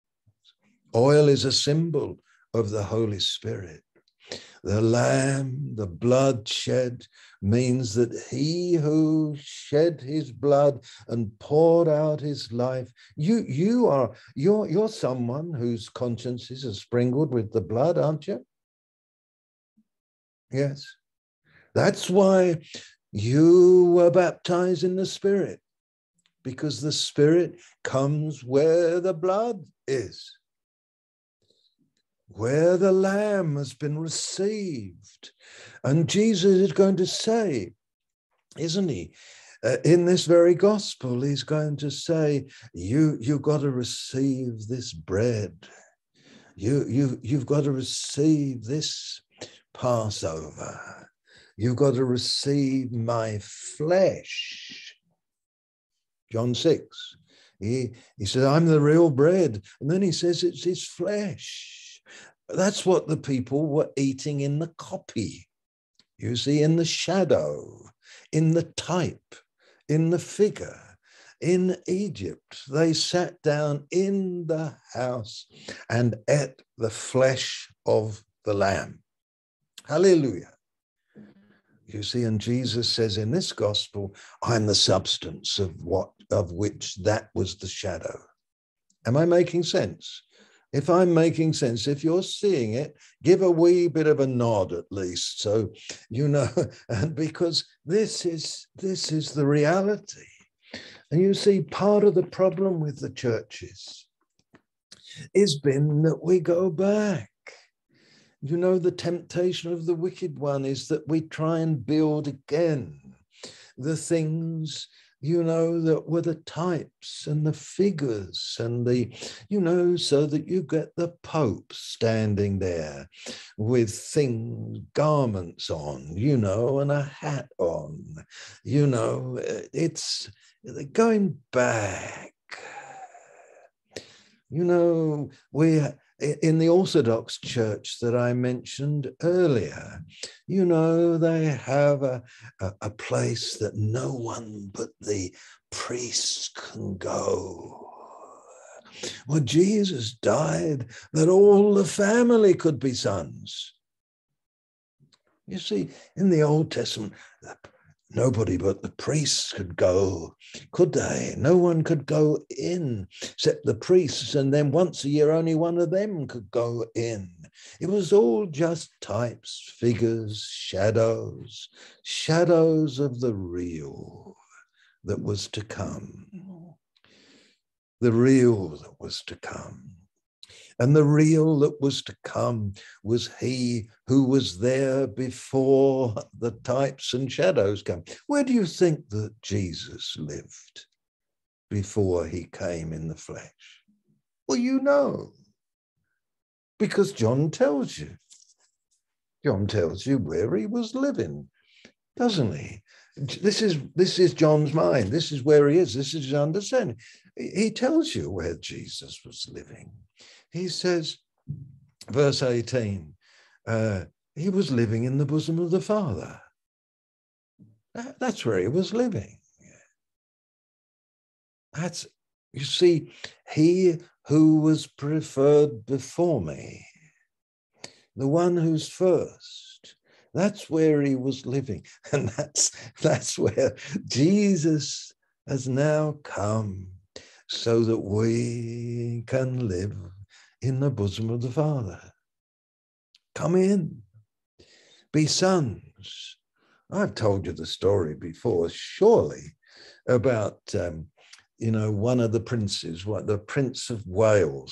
Oil is a symbol of the Holy Spirit. The Lamb, the blood shed, means that he who shed his blood and poured out his life, you're someone whose consciences are sprinkled with the blood, aren't you? Yes. That's why you were baptized in the Spirit, because the Spirit comes where the blood is, where the Lamb has been received. And Jesus is going to say, isn't he? In this very gospel, he's going to say, you've got to receive this bread. You've got to receive this Passover. You've got to receive my flesh. John 6. He said, I'm the real bread. And then he says it's his flesh. That's what the people were eating in the copy. You see, in the shadow, in the type, in the figure. in Egypt. They sat down in the house and ate the flesh of the lamb. Hallelujah. You see, and Jesus says in this gospel, I'm the substance of which that was the shadow. Am I making sense? If I'm making sense, if you're seeing it, give a wee bit of a nod at least. So, and because this is the reality. And you see, part of the problem with the churches has been that we go back. The temptation of the wicked one is that we try and build again the things, that were the types and the figures and so that you get the Pope standing there with garments on, and a hat on, it's going back. We in the Orthodox Church that I mentioned earlier, they have a place that no one but the priests can go. Well, Jesus died that all the family could be sons. You see, in the Old Testament, nobody but the priests could go, could they? No one could go in except the priests, and then once a year only one of them could go in. It was all just types, figures, shadows of the real that was to come. The real that was to come. And the real that was to come was he who was there before the types and shadows came. Where do you think that Jesus lived before he came in the flesh? Well, because John tells you. John tells you where he was living, doesn't he? This is John's mind. This is where he is. This is his understanding. He tells you where Jesus was living. He says, verse 18, he was living in the bosom of the Father. That's where he was living. You see, he who was preferred before me, the one who's first, that's where he was living. And that's where Jesus has now come so that we can live in the bosom of the Father. Come in, be sons. I've told you the story before, surely, about, one of the princes, the Prince of Wales.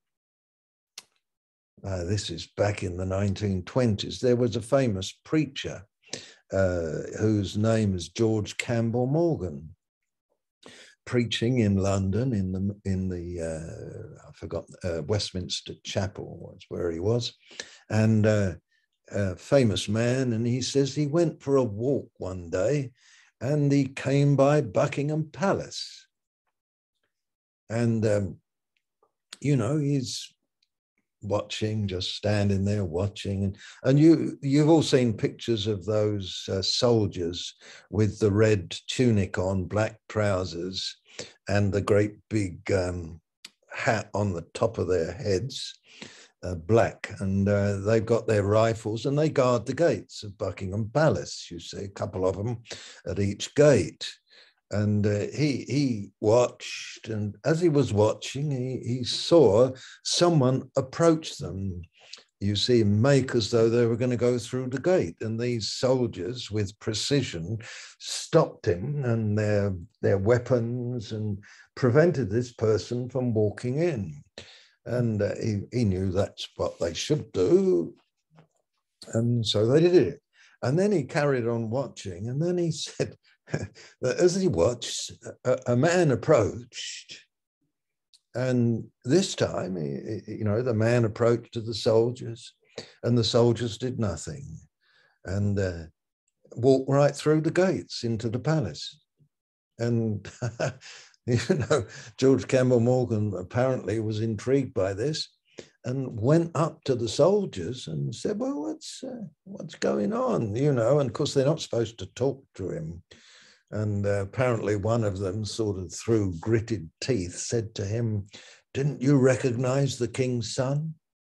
This is back in the 1920s. There was a famous preacher whose name is George Campbell Morgan, preaching in London in the I forgot, Westminster Chapel was where he was, and a famous man. And he says he went for a walk one day and he came by Buckingham Palace, and he's watching, just standing there watching, and you've all seen pictures of those soldiers with the red tunic on, black trousers, and the great big hat on the top of their heads, black, and they've got their rifles and they guard the gates of Buckingham Palace. You see a couple of them at each gate. And he watched, and as he was watching, he saw someone approach them. You see, make as though they were going to go through the gate, and these soldiers, with precision, stopped him and their weapons and prevented this person from walking in. And he knew that's what they should do, and so they did it. And then he carried on watching, and then he said, as he watched, a man approached, and this time, the man approached to the soldiers, and the soldiers did nothing, and walked right through the gates into the palace. And George Campbell Morgan apparently was intrigued by this, and went up to the soldiers and said, "Well, what's going on?" And of course, they're not supposed to talk to him. And apparently one of them, sort of through gritted teeth, said to him, "Didn't you recognize the king's son?"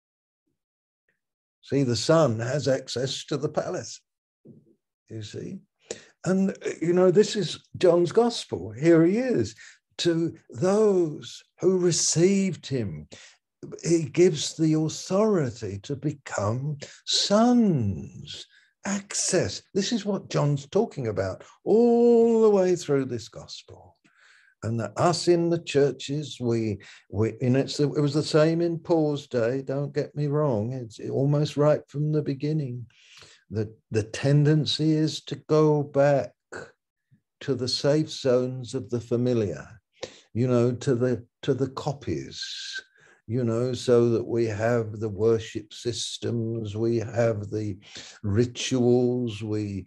See, the son has access to the palace, you see. And, this is John's gospel. Here he is. To those who received him, he gives the authority to become sons. Access. This is what John's talking about all the way through this gospel. And that us in the churches, it was the same in Paul's day, don't get me wrong. It's almost right from the beginning. The tendency is to go back to the safe zones of the familiar, to the copies, so that we have the worship systems, we have the rituals,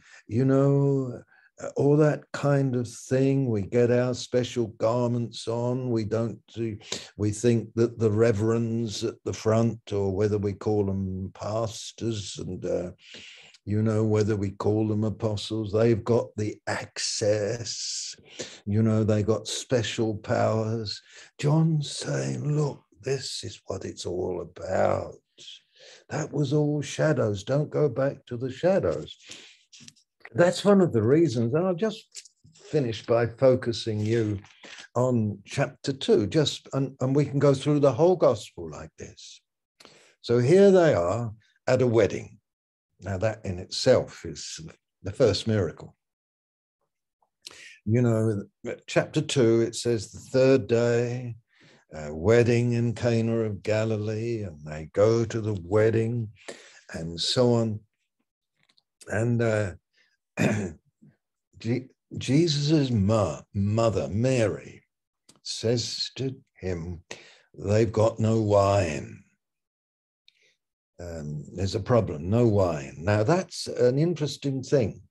all that kind of thing. We get our special garments on. We think that the reverends at the front, or whether we call them pastors and whether we call them apostles, they've got the access, they got special powers. John's saying, look, this is what it's all about. That was all shadows. Don't go back to the shadows. That's one of the reasons, and I'll just finish by focusing you on chapter 2, and we can go through the whole gospel like this. So here they are at a wedding. Now that in itself is the first miracle. Chapter 2, it says the third day, wedding in Cana of Galilee, and they go to the wedding and so on. And Jesus's mother, Mary, says to him, they've got no wine. There's a problem, no wine. Now that's an interesting thing.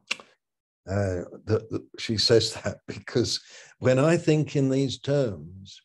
That she says that, because when I think in these terms,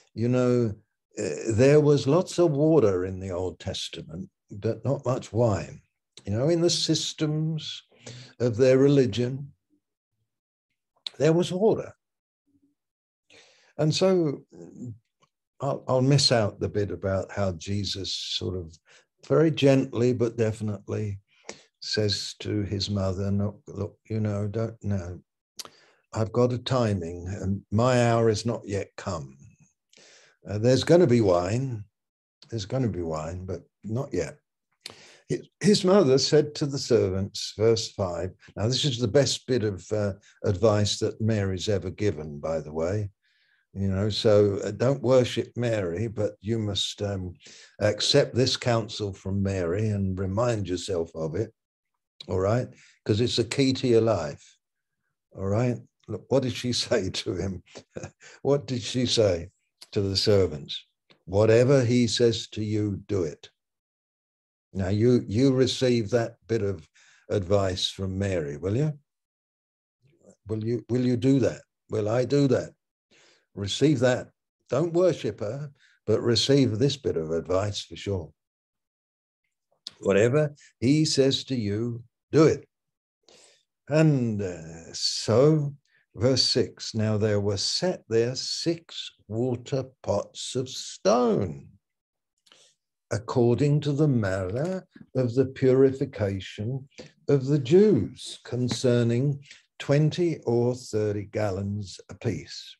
there was lots of water in the Old Testament, but not much wine. In the systems of their religion, there was water. And so I'll miss out the bit about how Jesus sort of very gently but definitely says to his mother, "No, look, don't know. I've got a timing and my hour is not yet come. There's going to be wine. There's going to be wine, but not yet." His mother said to the servants, verse 5. Now, this is the best bit of advice that Mary's ever given, by the way. So don't worship Mary, but you must accept this counsel from Mary and remind yourself of it, all right? Because it's a key to your life, all right? Look, what did she say to him? What did she say to the servants? Whatever he says to you, do it. Now, you receive that bit of advice from Mary, will you? Will you do that? Will I do that? Receive that. Don't worship her, but receive this bit of advice for sure. Whatever he says to you, do it. And so, verse 6, now there were set there 6 water pots of stone, according to the manner of the purification of the Jews, concerning 20 or 30 gallons apiece.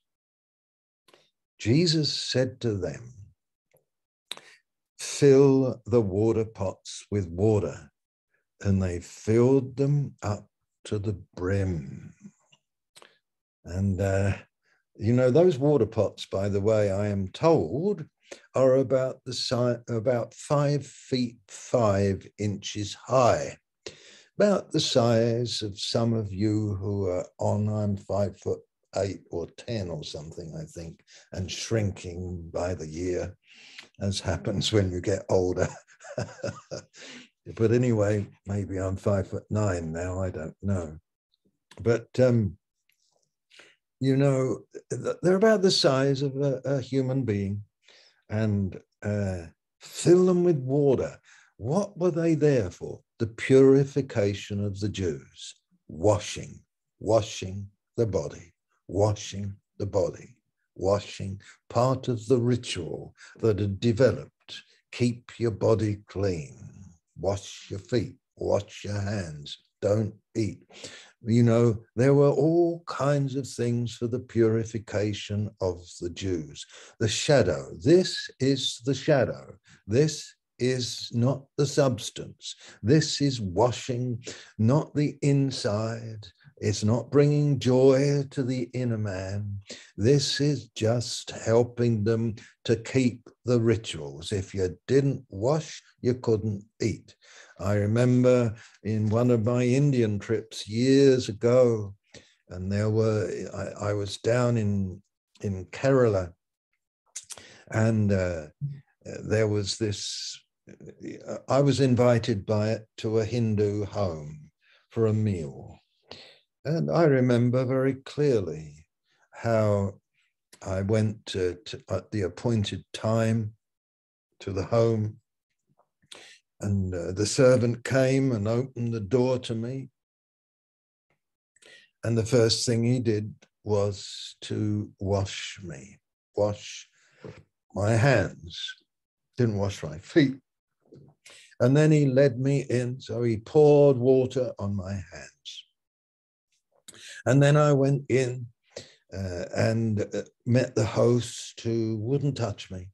Jesus said to them, fill the water pots with water, and they filled them up to the brim. And, those water pots, by the way, I am told, are about the size, about 5 feet 5 inches high, about the size of some of you who are on. I'm 5'8" or 10 or something, I think, and shrinking by the year, as happens when you get older. But anyway, maybe I'm 5'9" now. I don't know, but they're about the size of a human being. And fill them with water. What were they there for? The purification of the Jews. Washing, the body, washing the body, washing, part of the ritual that had developed. Keep your body clean, wash your feet, wash your hands, don't eat. You know, there were all kinds of things for the purification of the Jews. The shadow, this is the shadow. This is not the substance. This is washing, not the inside. It's not bringing joy to the inner man. This is just helping them to keep the rituals. If you didn't wash, you couldn't eat. I remember in one of my Indian trips years ago, and I was down in Kerala, and there was this, I was invited by it to a Hindu home for a meal. And I remember very clearly how I went at the appointed time to the home, and the servant came and opened the door to me. And the first thing he did was to wash me, wash my hands, didn't wash my feet. And then he led me in, so he poured water on my hands. And then I went in and met the host, who wouldn't touch me,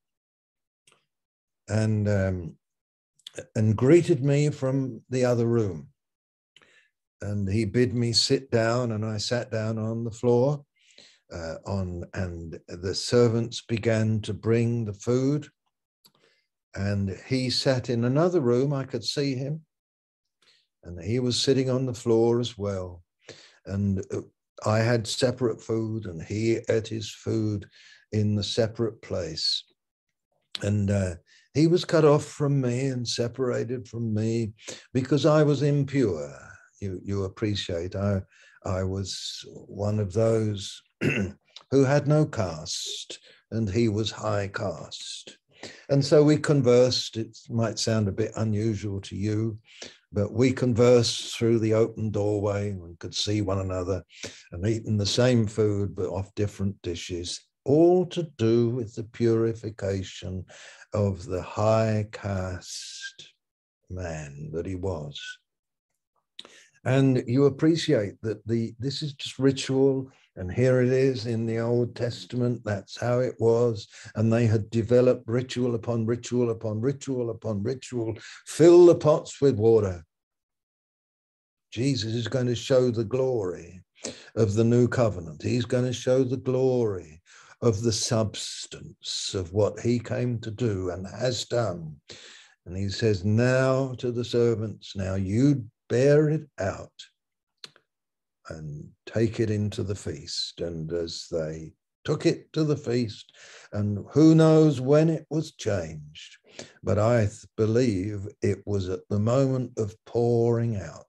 and greeted me from the other room. And he bid me sit down, and I sat down on the floor. And the servants began to bring the food. And he sat in another room. I could see him, and he was sitting on the floor as well. And I had separate food, and he ate his food in the separate place. And he was cut off from me and separated from me because I was impure. You appreciate, I was one of those who had no caste, and he was high caste. And so we conversed. It might sound a bit unusual to you, but we conversed through the open doorway and could see one another and eating the same food, but off different dishes, all to do with the purification of the high caste man that he was. And you appreciate that this is just ritual, and here it is in the Old Testament. That's how it was. And they had developed ritual upon ritual upon ritual upon ritual. Fill the pots with water. Jesus is going to show the glory of the new covenant. He's going to show the glory of the substance of what he came to do and has done. And he says, now to the servants, now you bear it out and take it into the feast. And as they took it to the feast, and who knows when it was changed, but I believe it was at the moment of pouring out,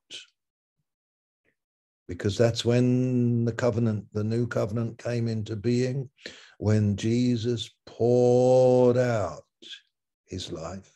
because that's when the covenant, the new covenant, came into being, when Jesus poured out his life.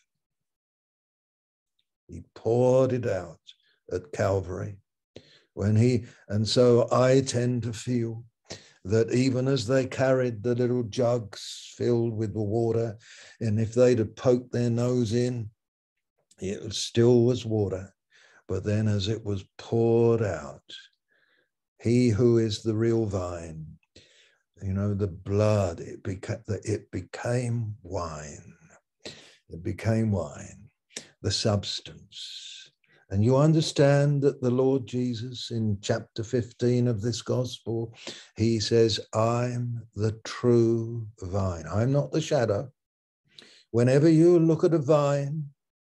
He poured it out at Calvary. And so I tend to feel that even as they carried the little jugs filled with the water, and if they'd have poked their nose in, it still was water. But then as it was poured out, he who is the real vine, you know, the blood, it became wine. It became wine, the substance. And you understand that the Lord Jesus, in chapter 15 of this gospel, he says, I'm the true vine. I'm not the shadow. Whenever you look at a vine,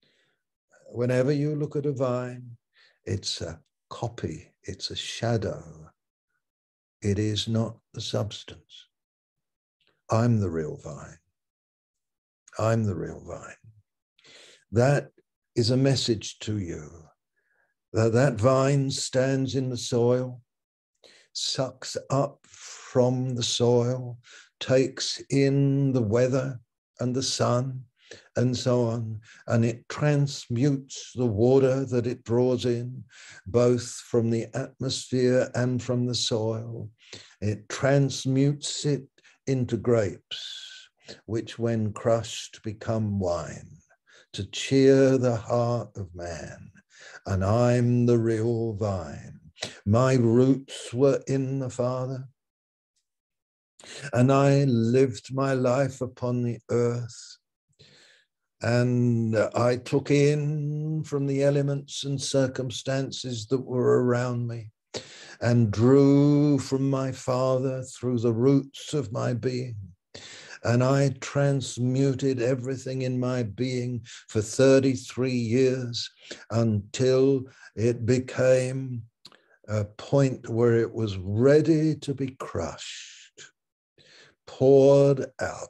it's a copy, it's a shadow. It is not the substance. I'm the real vine. I'm the real vine. That is a message to you. That vine stands in the soil, sucks up from the soil, takes in the weather and the sun, and so on. And it transmutes the water that it draws in, both from the atmosphere and from the soil. It transmutes it into grapes, which when crushed become wine, to cheer the heart of man. And I'm the real vine. My roots were in the Father, and I lived my life upon the earth. And I took in from the elements and circumstances that were around me, and drew from my Father through the roots of my being. And I transmuted everything in my being for 33 years until it became a point where it was ready to be crushed, poured out,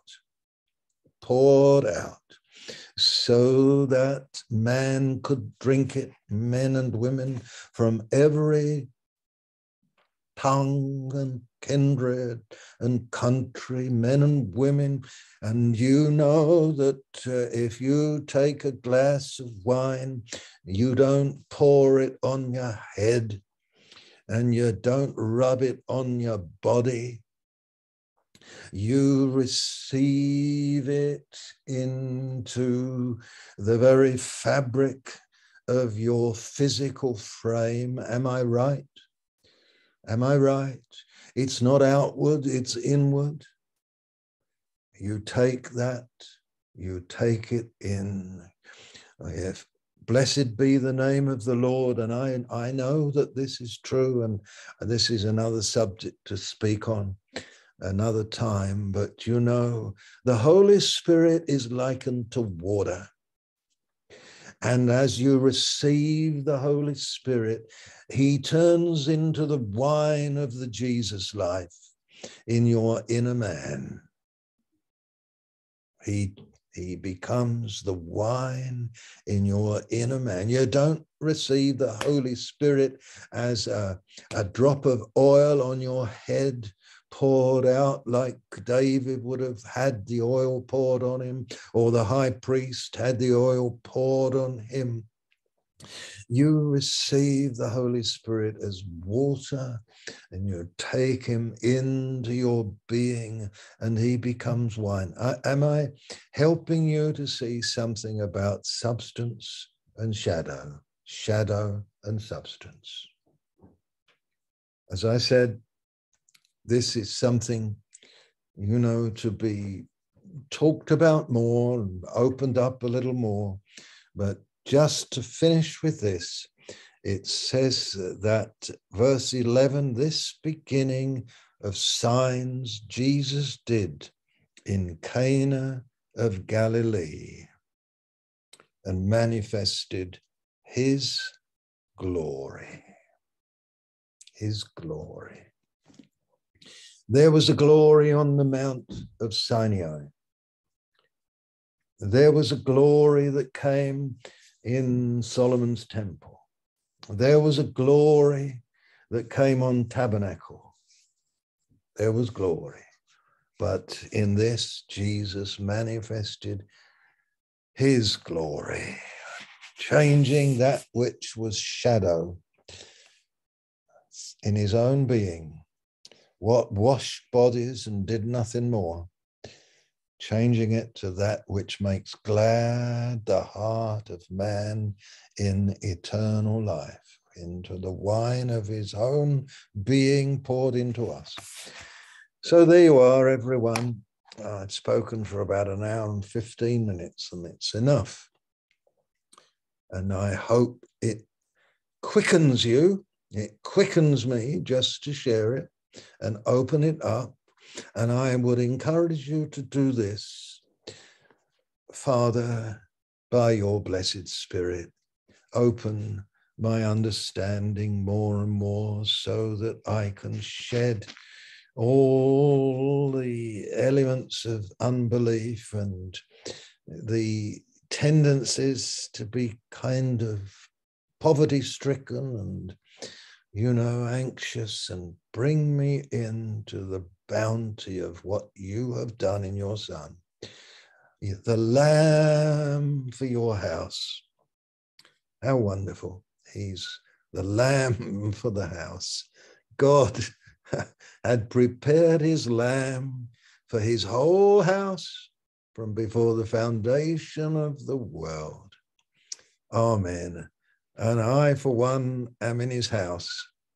so that man could drink it, men and women from every tongue and kindred and country, men and women. And you know that if you take a glass of wine, you don't pour it on your head and you don't rub it on your body. You receive it into the very fabric of your physical frame. Am I right? Am I right? It's not outward, it's inward. You take that, you take it in. If blessed be the name of the Lord. And I know that this is true, and this is another subject to speak on another time. But you know, the Holy Spirit is likened to water. And as you receive the Holy Spirit, he turns into the wine of the Jesus life in your inner man. He becomes the wine in your inner man. You don't receive the Holy Spirit as a drop of oil on your head, poured out like David would have had the oil poured on him, or the high priest had the oil poured on him. You receive the Holy Spirit as water, and you take him into your being, and he becomes wine. Am I helping you to see something about substance and shadow, shadow and substance? As I said, this is something, you know, to be talked about more and opened up a little more. But just to finish with this, it says that verse 11, this beginning of signs Jesus did in Cana of Galilee and manifested his glory. His glory. There was a glory on the Mount of Sinai. There was a glory that came in Solomon's temple. There was a glory that came on tabernacle. There was glory. But in this, Jesus manifested his glory, changing that which was shadow in his own being, what washed bodies and did nothing more, changing it to that which makes glad the heart of man in eternal life, into the wine of his own being poured into us. So there you are, everyone. I've spoken for about an hour and 15 minutes, and it's enough. And I hope it quickens you. It quickens me just to share it and open it up. And I would encourage you to do this. Father, by your blessed Spirit, open my understanding more and more so that I can shed all the elements of unbelief and the tendencies to be kind of poverty-stricken and, you know, anxious, and bring me into the bounty of what you have done in your Son. The lamb for your house. How wonderful. He's the lamb for the house. God had prepared his lamb for his whole house from before the foundation of the world. Amen. And I, for one, am in his house.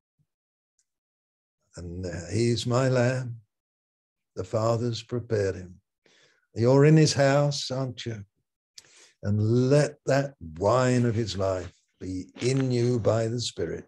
And he's my lamb. The Father's prepared him. You're in his house, aren't you? And let that wine of his life be in you by the Spirit.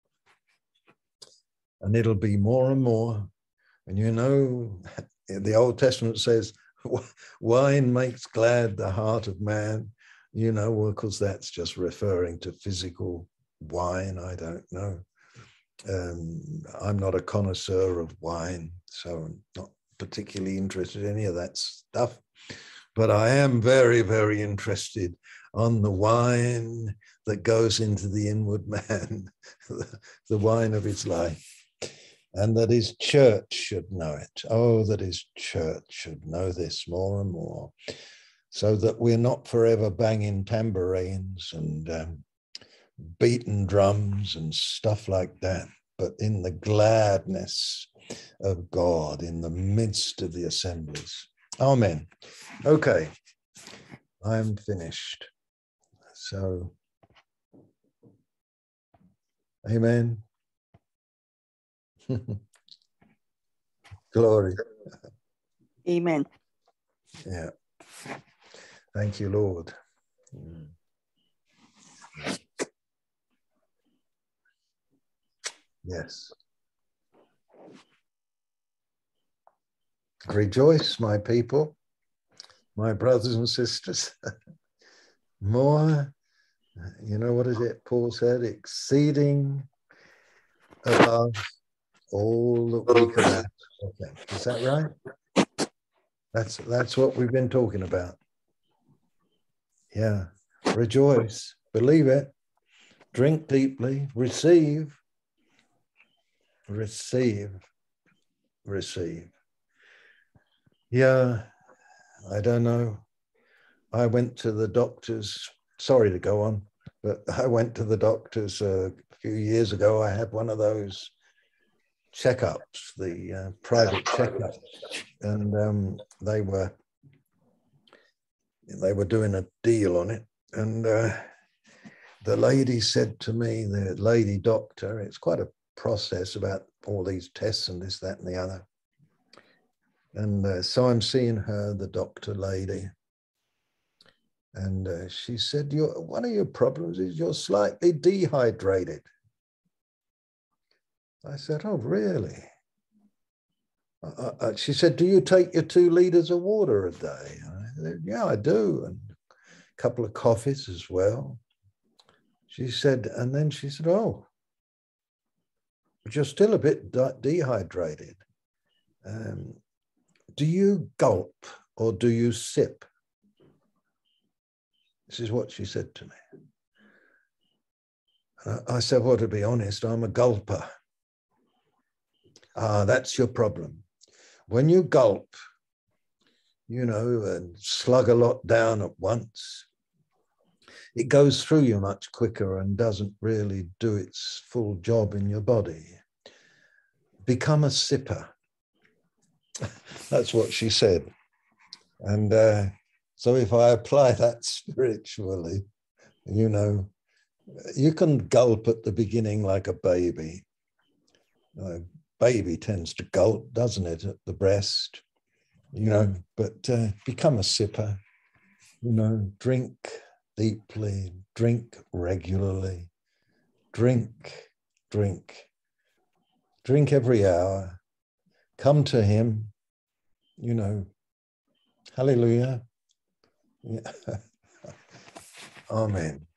And it'll be more and more. And you know, the Old Testament says, wine makes glad the heart of man. You know, well, because that's just referring to physical wine. I don't know. I'm not a connoisseur of wine, so I'm not particularly interested in any of that stuff. But I am very, very interested on the wine that goes into the inward man, the wine of his life. And that his church should know it. Oh, that his church should know this more and more, so that we're not forever banging tambourines and beating drums and stuff like that, but in the gladness of God in the midst of the assemblies. Amen. Okay, I'm finished. So, amen. Glory. Amen. Yeah. Thank you, Lord. Yes. Rejoice, my people, my brothers and sisters. More, you know, what is it? Paul said, exceeding above all that we could ask. Okay. Is that right? That's what we've been talking about. Yeah. Rejoice. Believe it. Drink deeply. Receive. Receive. Receive. Yeah. I don't know. I went to the doctors. Sorry to go on, but I went to the doctors a few years ago. I had one of those checkups, the private checkups, and they were doing a deal on it. And the lady said to me, the lady doctor, it's quite a process about all these tests and this, that, and the other. And so I'm seeing her, the doctor lady. And she said, one of your problems is you're slightly dehydrated. I said, oh, really? She said, do you take your 2 liters of water a day? I said, yeah, I do. And a couple of coffees as well. She said, and then she said, oh, but you're still a bit dehydrated. Do you gulp or do you sip? This is what she said to me. I said, well, to be honest, I'm a gulper. Ah, that's your problem. When you gulp, you know, and slug a lot down at once, it goes through you much quicker and doesn't really do its full job in your body. Become a sipper. That's what she said. And so if I apply that spiritually, you know, you can gulp at the beginning like a baby. Baby tends to gulp, doesn't it, at the breast, you know, but become a sipper, you know, drink deeply, drink regularly, drink every hour, come to him, you know, hallelujah. Yeah. Amen.